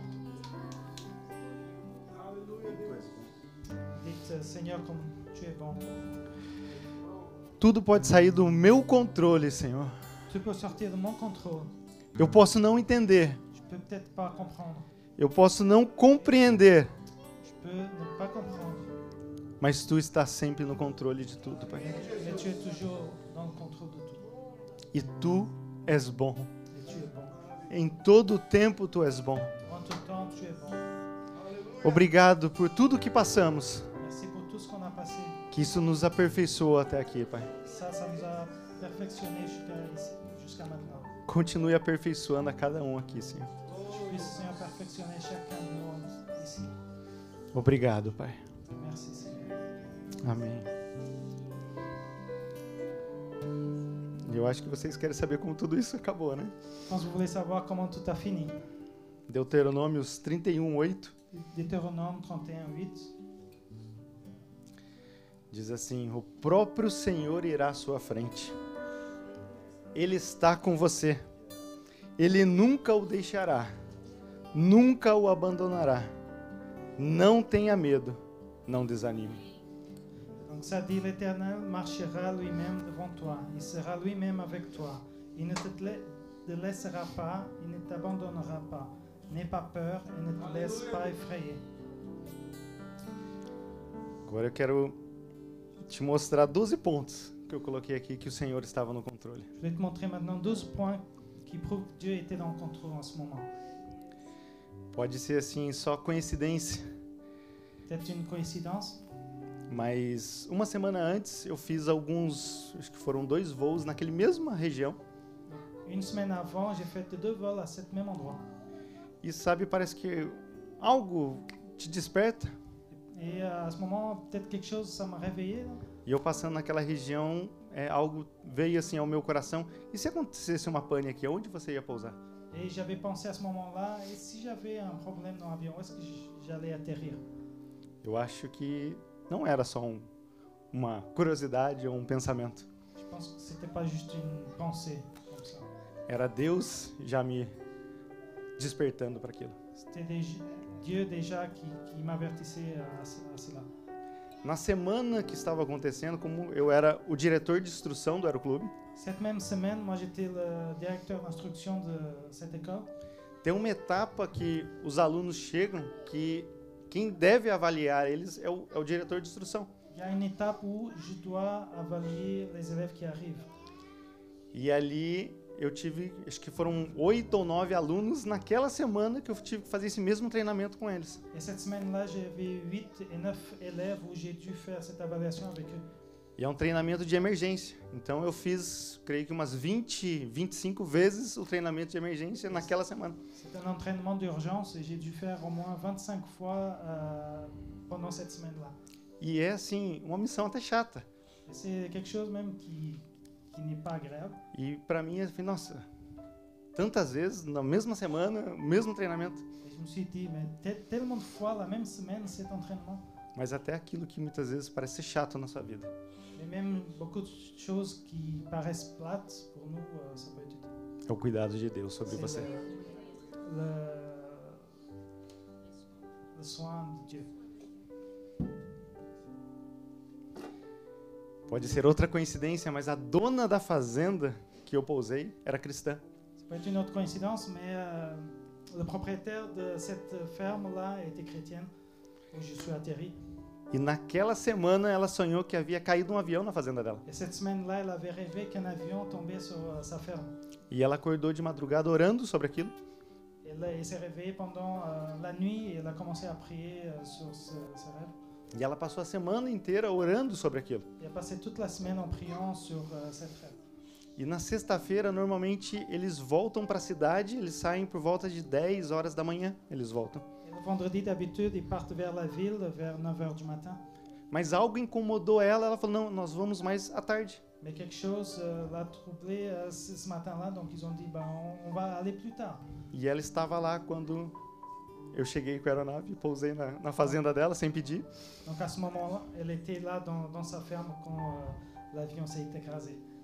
Dites, Seigneur, comme tu es bon. Tudo pode sair do meu controle, Senhor. Tu peux sortir de mon contrôle. Eu posso não entender. Je peux peut-être pas comprendre. Eu posso não compreender. Je peux ne pas comprendre. Mas Tu estás sempre no controle de tudo, Pai. Mais, mais tu es toujours dans le contrôle de tout. E Tu és bom. Et tu es bon. Em todo o tempo Tu és bom. En tout temps, tu es bon. Obrigado por tudo que passamos. Merci pour tout ce qu'on a passé. Que isso nos aperfeiçoou até aqui, Pai. Ça, ça nous a perfectionné jusqu'à ici, jusqu'à maintenant. Continue aperfeiçoando a cada um aqui, Senhor. Tu puisses, Seigneur, perfectionner chacun de nous ici. Obrigado, Pai. Merci, Seigneur. Amém. Eu acho que vocês querem saber como tudo isso acabou, né? Je pense que vous voulez savoir comment tout a fini. Deuteronômios trinta e um, oito Deutéronome trente et un, huit. diz assim: o próprio Senhor irá à sua frente. Ele está com você. Ele nunca o deixará. Nunca o abandonará. Não tenha medo. Não desanime. Donc ça dit, l'Éternel marchera lui-même devant toi. Il sera lui-même avec toi. Il ne te la- te laissera pas, il ne t'abandonnera pas. N'aie pas peur et ne te laisse pas effrayer. Agora eu quero te mostrar doze pontos que eu coloquei aqui que o Senhor estava no controle. Je vais te montrer maintenant douze points qui prouvent que Dieu était dans le contrôle en ce moment. Pode ser assim, só coincidência, Peut-être une coïncidence, mas uma semana antes eu fiz alguns, acho que foram dois voos naquele mesma região. une semaine avant, j'ai fait deux vols à cet même endroit. E sabe, parece que algo te desperta. Et euh, à ce moment, peut-être quelque chose, ça m'a réveillé. Là. E eu passando naquela região, é, algo veio assim ao meu coração. E se acontecesse uma pane aqui, onde você ia pousar? Et j'avais pensé à ce moment-là, et si j'avais un problème dans l'avion, où est-ce que j- j'allais atterrir? Eu acho que não era só um, uma curiosidade ou um pensamento. Je pense que c'était pas juste une pensée comme ça. Era Deus já me despertando para aquilo. C'était déjà- Dieu déjà qui, qui m'avertissait à, ce- à cela. Na semana que estava acontecendo, como eu era o diretor de instrução do aeroclube, Cette même semaine, moi j'étais le directeur d'instruction de cette école. tem uma etapa que os alunos chegam que quem deve avaliar eles é o, é o diretor de instrução. Il y a une étape où je dois évaluer les élèves qui arrivent. E ali eu tive, acho que foram oito ou nove alunos naquela semana que eu tive que fazer esse mesmo treinamento com eles. Et cette semaine-là, j'avais huit et neuf élèves où j'ai dû faire cette évaluation avec eux. E é um treinamento de emergência. Então eu fiz, creio que umas vinte, vinte e cinco vezes o treinamento de emergência naquela semana. C'est un entraînement d'urgence et j'ai dû faire au moins vingt-cinq fois euh, pendant cette semaine-là. E é assim, uma missão até chata. Et c'est quelque chose même qui, qui n'est pas agréable. E para mim, eu falei, nossa, tantas vezes na mesma semana, o mesmo treinamento. Et je me suis dit, mais tel- tellement de fois la même semaine cet entraînement. Mas até aquilo que muitas vezes parece ser chato na sua vida. Mais même beaucoup de choses qui paraissent plates, pour nous, euh, ça peut être utile. É o cuidado de Deus sobre C'est você. le, le, le soin de Dieu. Pode ser outra coincidência, mas a dona da fazenda que eu pousei era cristã. Ça peut être une autre coïncidence, mais euh, le propriétaire de cette ferme-là était chrétienne, où je suis atterri. E naquela semana ela sonhou que havia caído um avião na fazenda dela. Et cette semaine-là, elle avait rêvé qu'un avion tombait sur euh, sa ferme. E ela acordou de madrugada orando sobre aquilo. Et là, elle s'est réveillée pendant euh, la nuit et elle a commencé à prier euh, sur ce, ce rêve. E ela passou a semana inteira orando sobre aquilo. Elle a passé toute la semaine en priant sur euh, cette rêve. E na sexta-feira, normalmente, eles voltam para a cidade, eles saem por volta de dez horas da manhã, eles voltam. Et le vendredi, d'habitude, ils partent vers la ville vers neuf heures du matin. Mas algo incomodou ela, ela falou, não, nós vamos mais à tarde. Mais quelque chose euh, l'a troublé euh, ce ce matin-là, donc ils ont dit, bah, on, on va aller plus tard. E ela estava lá quando eu cheguei com a aeronave, pousei na, na fazenda dela, sem pedir. Donc à ce moment-là, elle était là dans, dans sa ferme quand euh, l'avion s'est écrasé.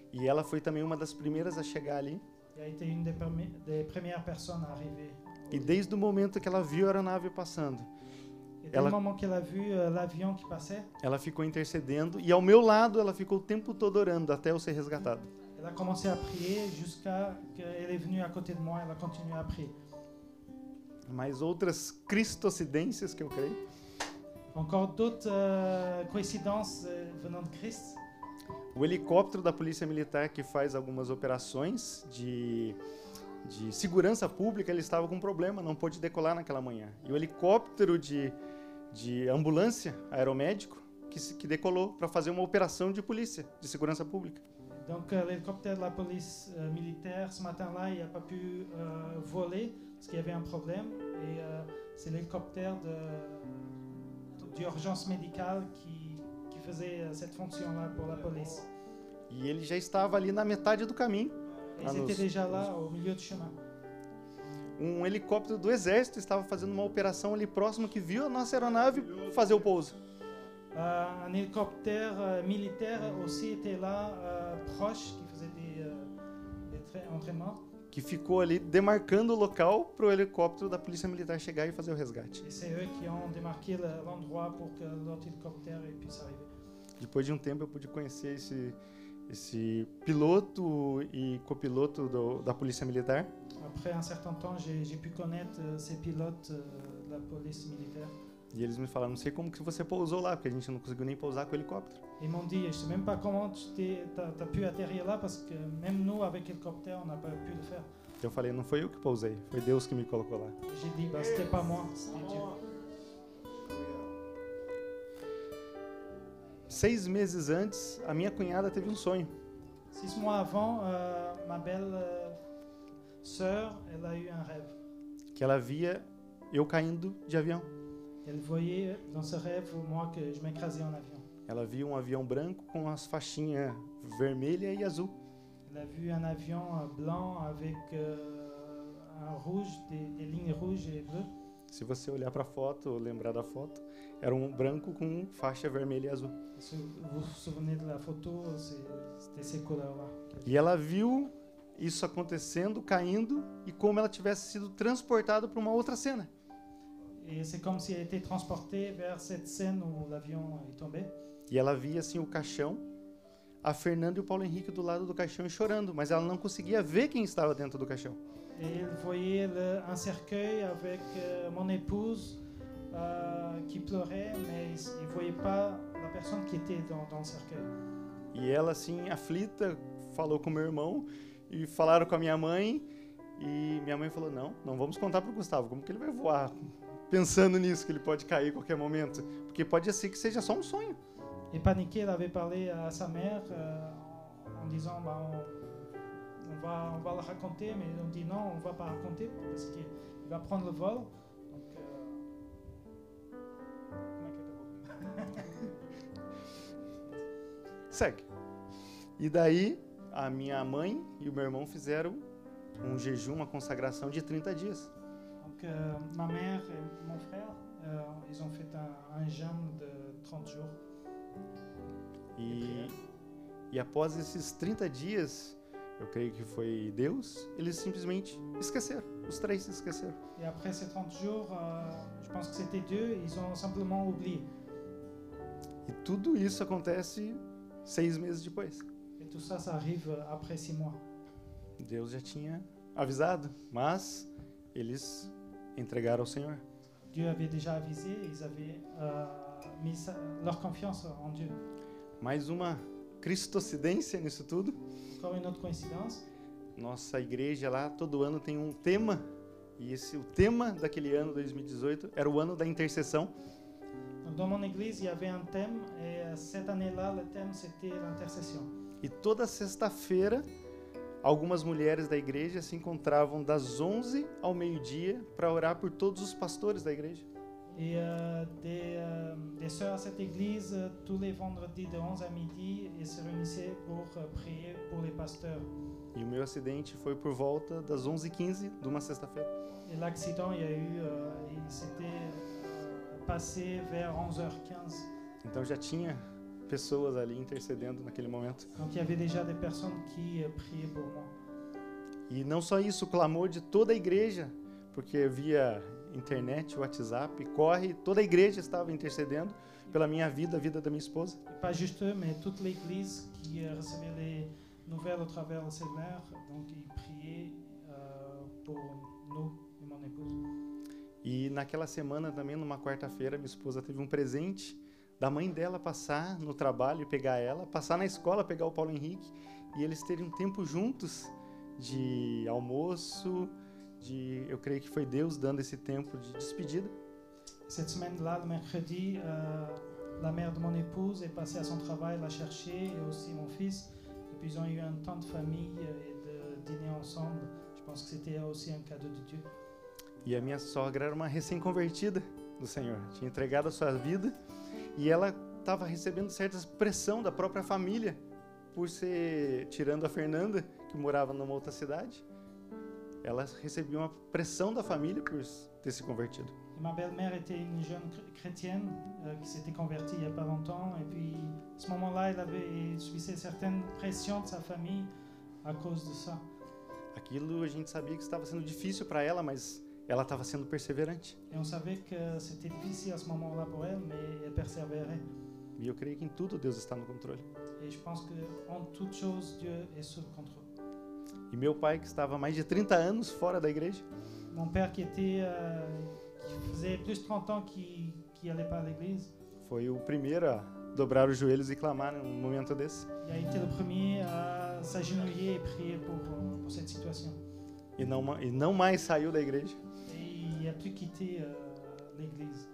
E ela foi também uma das primeiras a chegar ali. Il a été une des, permi- des premières personnes à arriver. E desde o momento que ela viu a aeronave passando, Et dès ela- le moment qu'elle a vu euh, l'avion qui passait, ela ficou intercedendo. E ao meu lado, ela ficou o tempo todo orando até eu ser resgatado. elle a commencé à prier jusqu'à qu'elle est venue à côté de moi. Elle a continué à prier. Mais outras cristocidências que eu creio. Encore d'autres euh, coïncidences euh, venant de Christ. O helicóptero da Polícia Militar que faz algumas operações de, de segurança pública, ele estava com um problema, não pôde decolar naquela manhã. E o helicóptero de, de ambulância aeromédico que, se- que decolou para fazer uma operação de polícia, de segurança pública. Donc euh, l'hélicoptère de la police euh, militaire, ce matin-là, il n'a pas pu euh, voler parce qu'il y avait un problème. Et euh, c'est l'hélicoptère de- de- d'urgence médicale qui, qui faisait euh, cette fonction-là pour la police. E ele já estava ali na metade do caminho. Et Ah, ils nos- étaient déjà là, au milieu du chemin. Um helicóptero do exército estava fazendo uma operação ali próximo que viu a nossa aeronave fazer o pouso. Euh, un hélicoptère euh, militaire aussi était là, euh, proche, qui faisait des, euh, des tra- entraînements. Que ficou ali demarcando o local para o helicóptero da Polícia Militar chegar e fazer o resgate. Et c'est eux qui ont démarqué le- l'endroit pour que l'autre hélicoptère euh, puisse arriver. Depois de um tempo eu pude conhecer esse, esse piloto e copiloto do, da Polícia Militar. Après un certain temps, j'ai j'ai pu connaître euh, ces pilotes euh, de la police militaire. E eles me falaram, não sei como que você pousou lá, porque a gente não conseguiu nem pousar com o helicóptero. Ils m'ont dit, je sais même pas comment tu as pu atterrir là parce que même nous, avec l'hélicoptère, on n'a pas pu le faire. Eu falei, não foi eu que pousei, foi Deus que me colocou lá. Et j'ai dit, bah, c'était pas moi, c'était Dieu. Seis meses antes, a minha cunhada teve um sonho. Six mois avant, euh, ma belle euh, sœur, elle a eu un rêve. Que ela via eu caindo de avião. Elle voyait dans ce rêve, moi, que je m'écrasais en avion. Ela via um avião branco com as faixinhas vermelha e azul. Elle a vu un avion euh, blanc avec euh, un rouge, des, des lignes rouges et bleues. Se você olhar para a foto ou lembrar da foto, era um branco com faixa vermelha e azul. Si vous vous souvenez de la photo, c'est- c'était ces couleurs-là. E ela viu isso acontecendo, caindo, e como ela tivesse sido transportada para uma outra cena. Et c'est comme si elle était transportée vers cette scène où l'avion est tombé. E ela via assim o caixão, a Fernanda e o Paulo Henrique do lado do caixão e chorando, mas ela não conseguia ver quem estava dentro do caixão. Et elle voyait le- un cercueil avec euh, mon épouse euh, qui pleurait, mais il ne voyait pas la personne qui était dans, dans le cercueil. E ela assim aflita falou com meu irmão e falaram com a minha mãe, e minha mãe falou: "Não, não vamos contar pro Gustavo, como que ele vai voar pensando nisso que ele pode cair a qualquer momento, porque pode ser que seja só um sonho". Et paniquée, elle avait parlé à sa mère euh, en, en disant bah, on, on, va, on va le raconter, mais on dit non, on ne va pas raconter parce qu'il il va prendre le vol. Donc, euh, comment est-ce que Segue. E daí a minha mãe e o meu irmão fizeram um jejum, uma consagração de trinta dias. Donc, euh, ma mère et mon frère, euh, ils ont fait un, un jeûne de trente jours. E, e após esses trinta dias, eu creio que foi Deus, eles simplesmente esqueceram. Os três se esqueceram. Et après ces trente jours, euh, je pense que c'était Dieu, ils ont simplement oublié. E tudo isso acontece seis meses depois. Et tout ça, ça arrive après six mois. Deus já tinha avisado, mas eles entregaram ao Senhor. Dieu avait déjà avisé, ils avaient euh, mis sa- leur confiance en Dieu. Mais uma cristocidência nisso tudo. Encore une autre coïncidence. Nossa igreja lá, todo ano tem um tema, e esse o tema daquele ano, dois mil e dezoito, era o ano da intercessão. Donc, dans mon église, il y avait un thème, et euh, cette année-là, le thème, c'était l'intercession. E toda sexta-feira, algumas mulheres da igreja se encontravam das onze ao meio-dia para orar por todos os pastores da igreja. Et euh, des, euh, des sœurs à cette église, euh, tous les vendredis de onze à midi, ils se réunissaient pour euh, prier pour les pasteurs. E o meu acidente foi por volta das onze e quinze de uma sexta-feira. Et l'accident, il y a eu, euh, il s'était euh, passé vers onze heures quinze. Então já tinha pessoas ali intercedendo naquele momento. Donc il y avait déjà des personnes qui euh, priaient pour moi. E não só isso, o clamor de toda a igreja, porque via internet, WhatsApp, corre, toda a igreja estava intercedendo pela minha vida, a vida da minha esposa. Et pas juste eux, mais toute l'église qui euh, recevait les nouvelles au travers le cellulaire. Donc ils priaient euh, pour nous et mon épouse. E naquela semana também, numa quarta-feira, minha esposa teve um presente da mãe dela passar no trabalho e pegar ela, passar na escola, pegar o Paulo Henrique e eles terem um tempo juntos de almoço, de, eu creio que foi Deus dando esse tempo de despedida. Cette semaine-là, le mercredi, euh, la mère de mon épouse est passée à son travail, l'a chercher, et aussi mon fils. Et puis ils ont eu un temps de famille et de dîner ensemble. Je pense que c'était aussi un cadeau de Dieu. E a minha sogra era uma recém-convertida do Senhor, tinha entregado a sua vida e ela estava recebendo certa pressão da própria família por ser, tirando a Fernanda, que morava numa outra cidade, ela recebia uma pressão da família por ter se convertido. Et ma belle-mère était une jeune chr- chrétienne euh, qui s'était convertie il n'y a pas longtemps. Et puis à ce moment-là, elle avait elle subissait certaines pressions de sa famille à cause de ça. Aquilo a gente sabia que estava sendo difícil para ela, mas ela estava sendo perseverante. Et on savait que c'était difficile à ce moment-là pour elle, mais elle persévérait. E eu creio que em tudo Deus está no controle. Et je pense qu'en toute chose, Dieu est sous le contrôle. E meu pai, que estava há mais de trinta anos fora da igreja, Mon père qui était, euh, qui faisait plus de trente ans qu'il qui allait pas à l'église, foi o primeiro a dobrar os joelhos e clamar num momento desse. il a été le premier à s'agenouiller et prier pour, pour cette situation. E não, ma- e não mais saiu da igreja. Et il n'a plus quitté euh, l'église.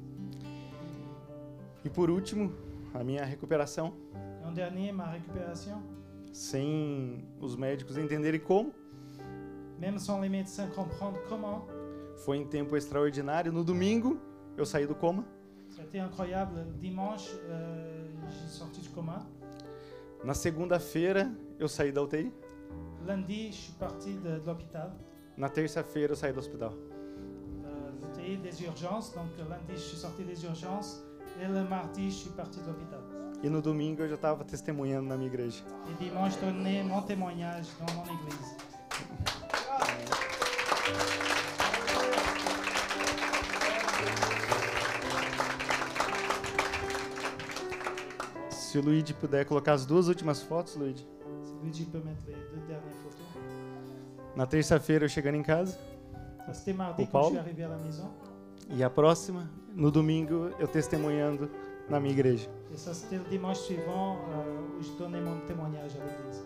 E por último, a minha recuperação, Et en dernier, ma récupération, sem os médicos entenderem como, même sans les médecins comprendre comment, foi em tempo extraordinário. No domingo, eu saí do coma. ça a été incroyable. Dimanche, euh, j'ai sorti du coma. Na segunda-feira, eu saí da U T I. Lundi, je suis parti de, de l'hôpital, Na terça-feira, eu saí do hospital. euh, l'U T I, des urgences. Donc lundi, je suis sorti des urgences. Et le mardi, je suis parti de l'hôpital. E no domingo, eu já estava testemunhando na minha igreja. Et dimanche, je donnais mon témoignage dans mon église. Se o Luigi puder colocar as duas últimas fotos, Luigi. Si Luigi peut mettre les deux dernières photos. Na terça-feira, eu chegando em casa. Ça, c'était mardi Au quand je suis Paulo. arrivé à la maison. E a próxima, no domingo, eu testemunhando na minha igreja. Et ça, c'était le dimanche suivant euh, où je donnais mon témoignage à l'église.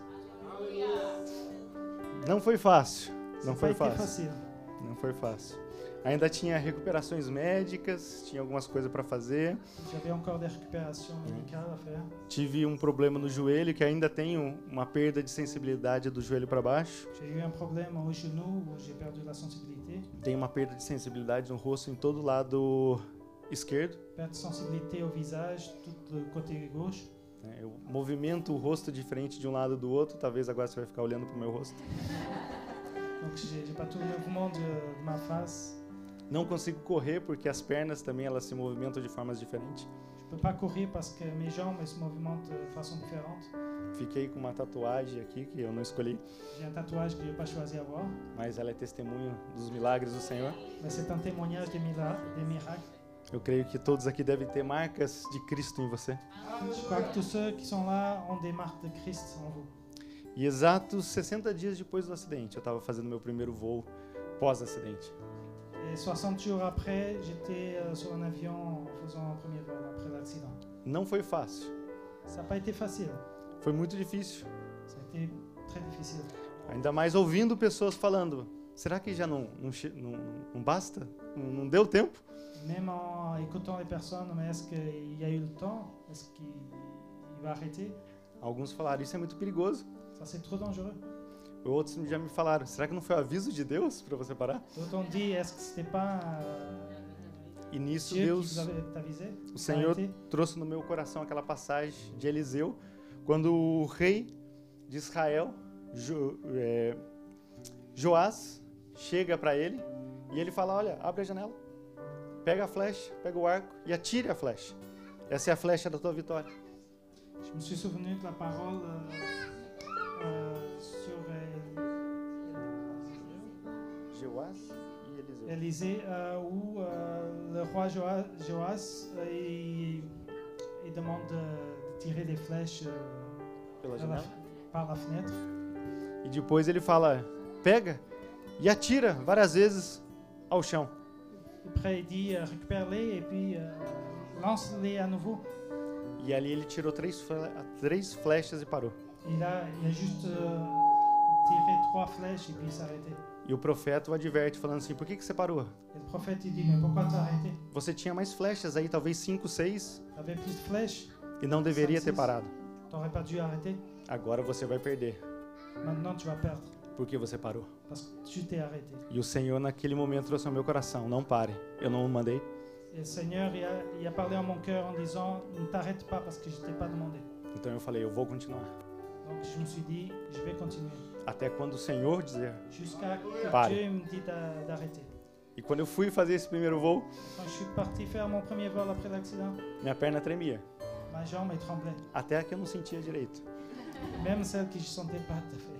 Não foi fácil. Ça Não n'a pas foi été fácil. facile. Não foi fácil. Ainda tinha recuperações médicas, tinha algumas coisas para fazer. J'avais encore des récupérations médicales à faire. Tive um problema no joelho, que ainda tenho uma perda de sensibilidade do joelho para baixo. J'ai eu un problème au genou où j'ai perdu la sensibilité. Tenho uma perda de sensibilidade no rosto em todo o lado esquerdo. Perte de sensibilité au visage, tout le côté gauche. né? Eu movimento o rosto diferente de um lado do outro. Talvez agora você vai ficar olhando para o meu rosto. Donc j'ai j'ai pas tout le mouvement de, de ma face. Não consigo correr porque as pernas também elas se movimentam de formas diferentes. Je peux pas courir parce que mes jambes elles se movimentent de façon différente. Fiquei com uma tatuagem aqui que eu não escolhi, J'ai un tatouage que je n'ai pas choisi à avoir. mas ela é testemunho dos milagres do Senhor. Mais c'est un témoignage des, mila- des miracles. Eu creio que todos aqui devem ter marcas de Cristo em você. Je crois que tous ceux qui sont là ont des marques de Christ en vous. E exatos sessenta dias depois do acidente, eu estava fazendo meu primeiro voo pós-acidente. Et soixante jours après, j'étais euh, sur un avion en faisant un premier vol après l'accident. Não foi fácil, Ça n'a pas été facile. foi muito difícil. Ça a été très difficile. Ainda mais ouvindo pessoas falando, será que já não, não, che- não, não basta? Não, não deu tempo? Même en écoutant les personnes, mais est-ce qu'il y a eu le temps? Est-ce qu'il il va arrêter? Alguns falaram, isso é muito perigoso. Ça, c'est trop dangereux. Outros já me falaram, será que não foi o aviso de Deus para você parar? D'autres ont dit, est-ce que c'était pas euh, E nisso Dieu Deus, qui vous avait avisé? o Senhor Arrêtez. trouxe no meu coração aquela passagem de Eliseu, quando o rei de Israel, Jo, é, Joás, chega para ele e ele fala, olha, abre a janela, pega a flecha, pega o arco e atire a flecha. Essa é a flecha da tua vitória. Je me suis souvenu de la parole euh, euh, sur Joás e Eliseu. Élysée, euh, où euh, le roi Joas, Joas euh, il, il demande de, de tirer des flèches euh, Pela par, la, janela. par la fenêtre. E depois ele fala, pega e atira várias vezes ao chão. Après, il dit euh, récupère-les et puis euh, lance-les à nouveau. E ali ele tirou três, fle- três flechas e parou. Et là, il a juste euh, tiré trois flèches et puis il s'est arrêté. E o profeta o adverte, falando assim, por que, que você parou? Et le prophète, il dit, mais pourquoi tu as arrêté? Você tinha mais flechas aí, talvez cinco, seis, Tu avais plus de flèches, e não deveria ter parado. tu n'aurais pas dû arrêter. Agora você vai perder, Maintenant, tu vas perdre porque você parou. parce que tu t'es arrêté. E o Senhor naquele momento trouxe ao meu coração, não pare, eu não o mandei. Et le Seigneur, il a, il a parlé à mon cœur en disant, ne t'arrête pas parce que je ne t'ai pas demandé. Então eu falei, eu vou continuar. Donc, je me suis dit, je vais continuer. Até quando o Senhor dizer. Jusqu'à que Pare. Dieu me dit d'a- d'arrêter. E quando eu fui fazer esse primeiro voo, Quand je suis parti faire mon premier vol après l'accident, minha perna tremia. ma jambe elle tremblait. Até que eu não sentia direito. Même celle que je ne sentais pas tout à fait.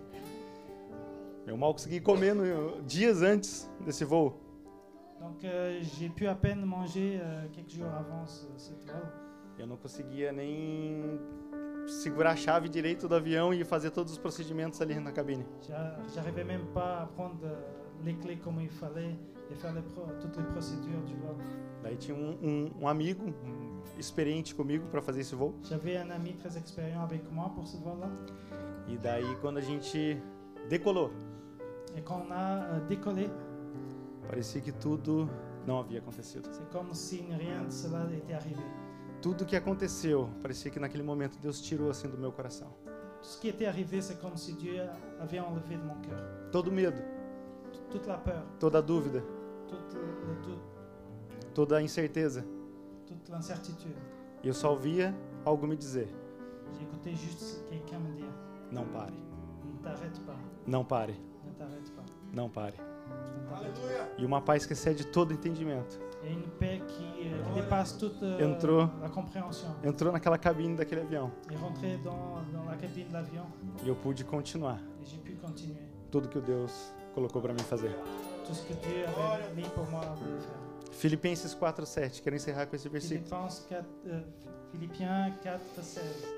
Eu mal consegui comer no, dias antes desse voo. Donc euh, j'ai pu à peine manger euh, quelques jours avant ce, cette vol. Eu não conseguia nem segurar a chave direito do avião e fazer todos os procedimentos ali na cabine. J'a- J'arrivais même pas à prendre euh, les clés comme il fallait et faire les pro- toutes les procédures du vol. Daí tinha um, um, um amigo um experiente comigo para fazer esse voo. J'avais un ami très expérimenté avec moi pour ce vol-là. E daí quando a gente decolou, Et quand on a euh, décollé, parecia que tudo não havia acontecido. c'est comme si rien de cela était arrivé. Tudo que aconteceu, parecia que naquele momento Deus tirou assim do meu coração. Tout ce qui était arrivé, c'est comme si Dieu avait enlevé de mon cœur. Todo medo, T- Toute la peur, toda a dúvida, toute, le doute, toda a incerteza. toute l'incertitude. E eu só ouvia algo me dizer, J'écoutais juste quelqu'un me dire, não pare, ne t'arrête pas, não pare, ne t'arrête pas, não pare. ne t'arrête pas. E uma paz que excede todo entendimento. Et une paix qui euh, dépasse toute euh, Entrou. la compréhension. Entrou naquela cabine daquele avião Et rentré dans, dans la cabine de l'avion e eu pude continuar et j'ai pu continuer tudo que Deus colocou para mim fazer. tout ce que Dieu avait mis pour moi de faire. Filipenses quatro, sete. Quero encerrar com esse versículo. Philippiens quatre, euh, Philippiens quatre, seize.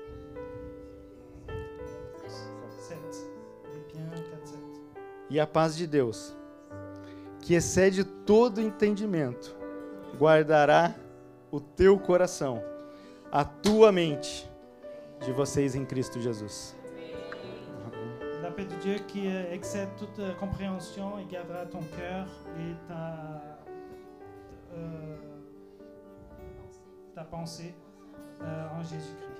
sept. Philippiens quatre, sept. E a paz de Deus, que excede todo entendimento, guardará o teu coração, a tua mente, de vocês em Cristo Jesus. La paix de Dieu qui euh, excède toute euh, compréhension et gardera ton cœur et ta, euh, ta pensée euh, en Jésus-Christ.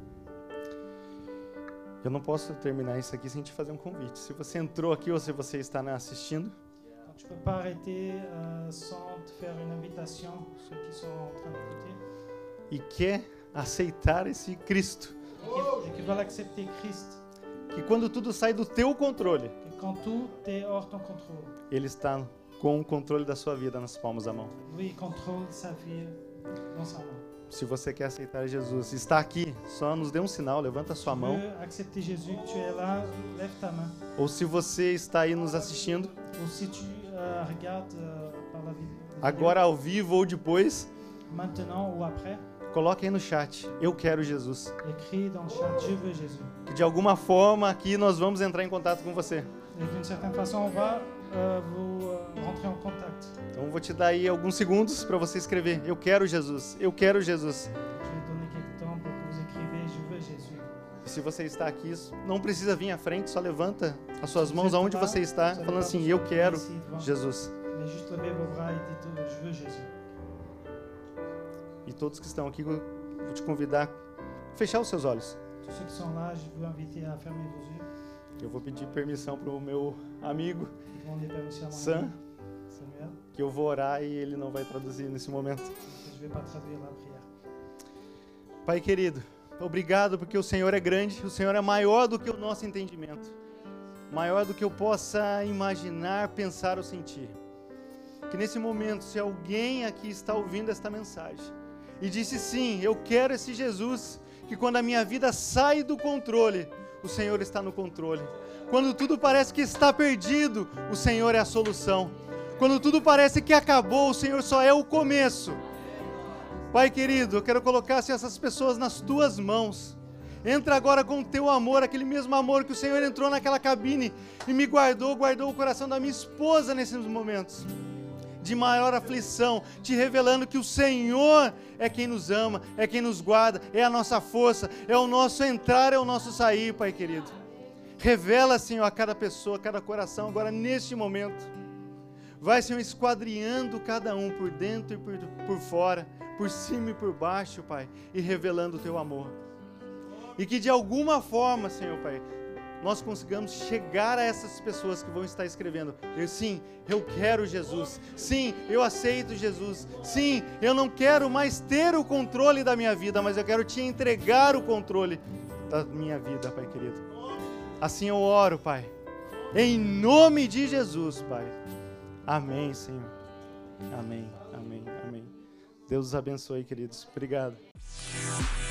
Eu não posso terminar isso aqui sem te fazer um convite. Se você entrou aqui ou se você está né, assistindo, Donc, je ne peux pas arrêter euh, sans te faire une invitation, ceux qui sont en train d'écouter, e quer aceitar esse Cristo, et qui, et qui veulent accepter Christ, que quando tudo sai do teu controle, que quand tout est hors ton contrôle, Ele está com o controle da sua vida nas palmas da mão. lui il contrôle sa vie dans sa main. Se você quer aceitar Jesus, está aqui, só nos dê um sinal, levanta a sua Tu mão. veux accepter Jésus, tu es là, lève ta main. Ou se você está aí nos assistindo, Ou si tu euh, regardes euh, par la vi- vidéo, agora ao vivo ou depois, maintenant ou après, coloque aí no chat, eu quero Jesus. écris dans le chat, je veux Jésus. Que de alguma forma aqui nós vamos entrar em contato com você. Et d'une certaine façon, on va euh, vous euh, rentrer en contact. Então eu vou te dar aí alguns segundos para você escrever, eu quero Jesus, eu quero Jesus. Je vais donner quelques temps pour que vous écrivez, je veux Jésus. E se você está aqui, não precisa vir à frente, só levanta as suas mãos aonde você está, falando assim, eu quero Ici, devant. Jesus. Mais juste levez vos bras et dites, euh, je veux Jésus. E todos que estão aqui, eu vou te convidar a fechar os seus olhos. Tous ceux qui sont là, je vous invite à fermer vos yeux. Eu vou pedir permissão para o meu amigo Demandez permission à mon Sam, ami Samuel. que eu vou orar e ele não vai traduzir nesse momento. Je ne vais pas traduire la prière. Pai querido, obrigado porque o Senhor é grande, o Senhor é maior do que o nosso entendimento, maior do que eu possa imaginar, pensar ou sentir. Que nesse momento, se alguém aqui está ouvindo esta mensagem e disse sim, eu quero esse Jesus, que quando a minha vida sai do controle, o Senhor está no controle. Quando tudo parece que está perdido, o Senhor é a solução. Quando tudo parece que acabou, o Senhor só é o começo. Pai querido, eu quero colocar assim, essas pessoas nas tuas mãos. Entra agora com o teu amor, aquele mesmo amor que o Senhor entrou naquela cabine e me guardou, guardou o coração da minha esposa nesses momentos de maior aflição, te revelando que o Senhor é quem nos ama, é quem nos guarda, é a nossa força, é o nosso entrar, é o nosso sair, Pai querido. Revela, Senhor, a cada pessoa, a cada coração, agora neste momento. Vai, Senhor, esquadrinhando cada um por dentro e por, por fora, por cima e por baixo, Pai, e revelando o teu amor. E que de alguma forma, Senhor, Pai, nós consigamos chegar a essas pessoas que vão estar escrevendo. Eu, sim, eu quero Jesus. Sim, eu aceito Jesus. Sim, eu não quero mais ter o controle da minha vida, mas eu quero te entregar o controle da minha vida, Pai querido. Assim eu oro, Pai. Em nome de Jesus, Pai. Amém, Senhor. Amém, amém, amém. Deus os abençoe, queridos. Obrigado.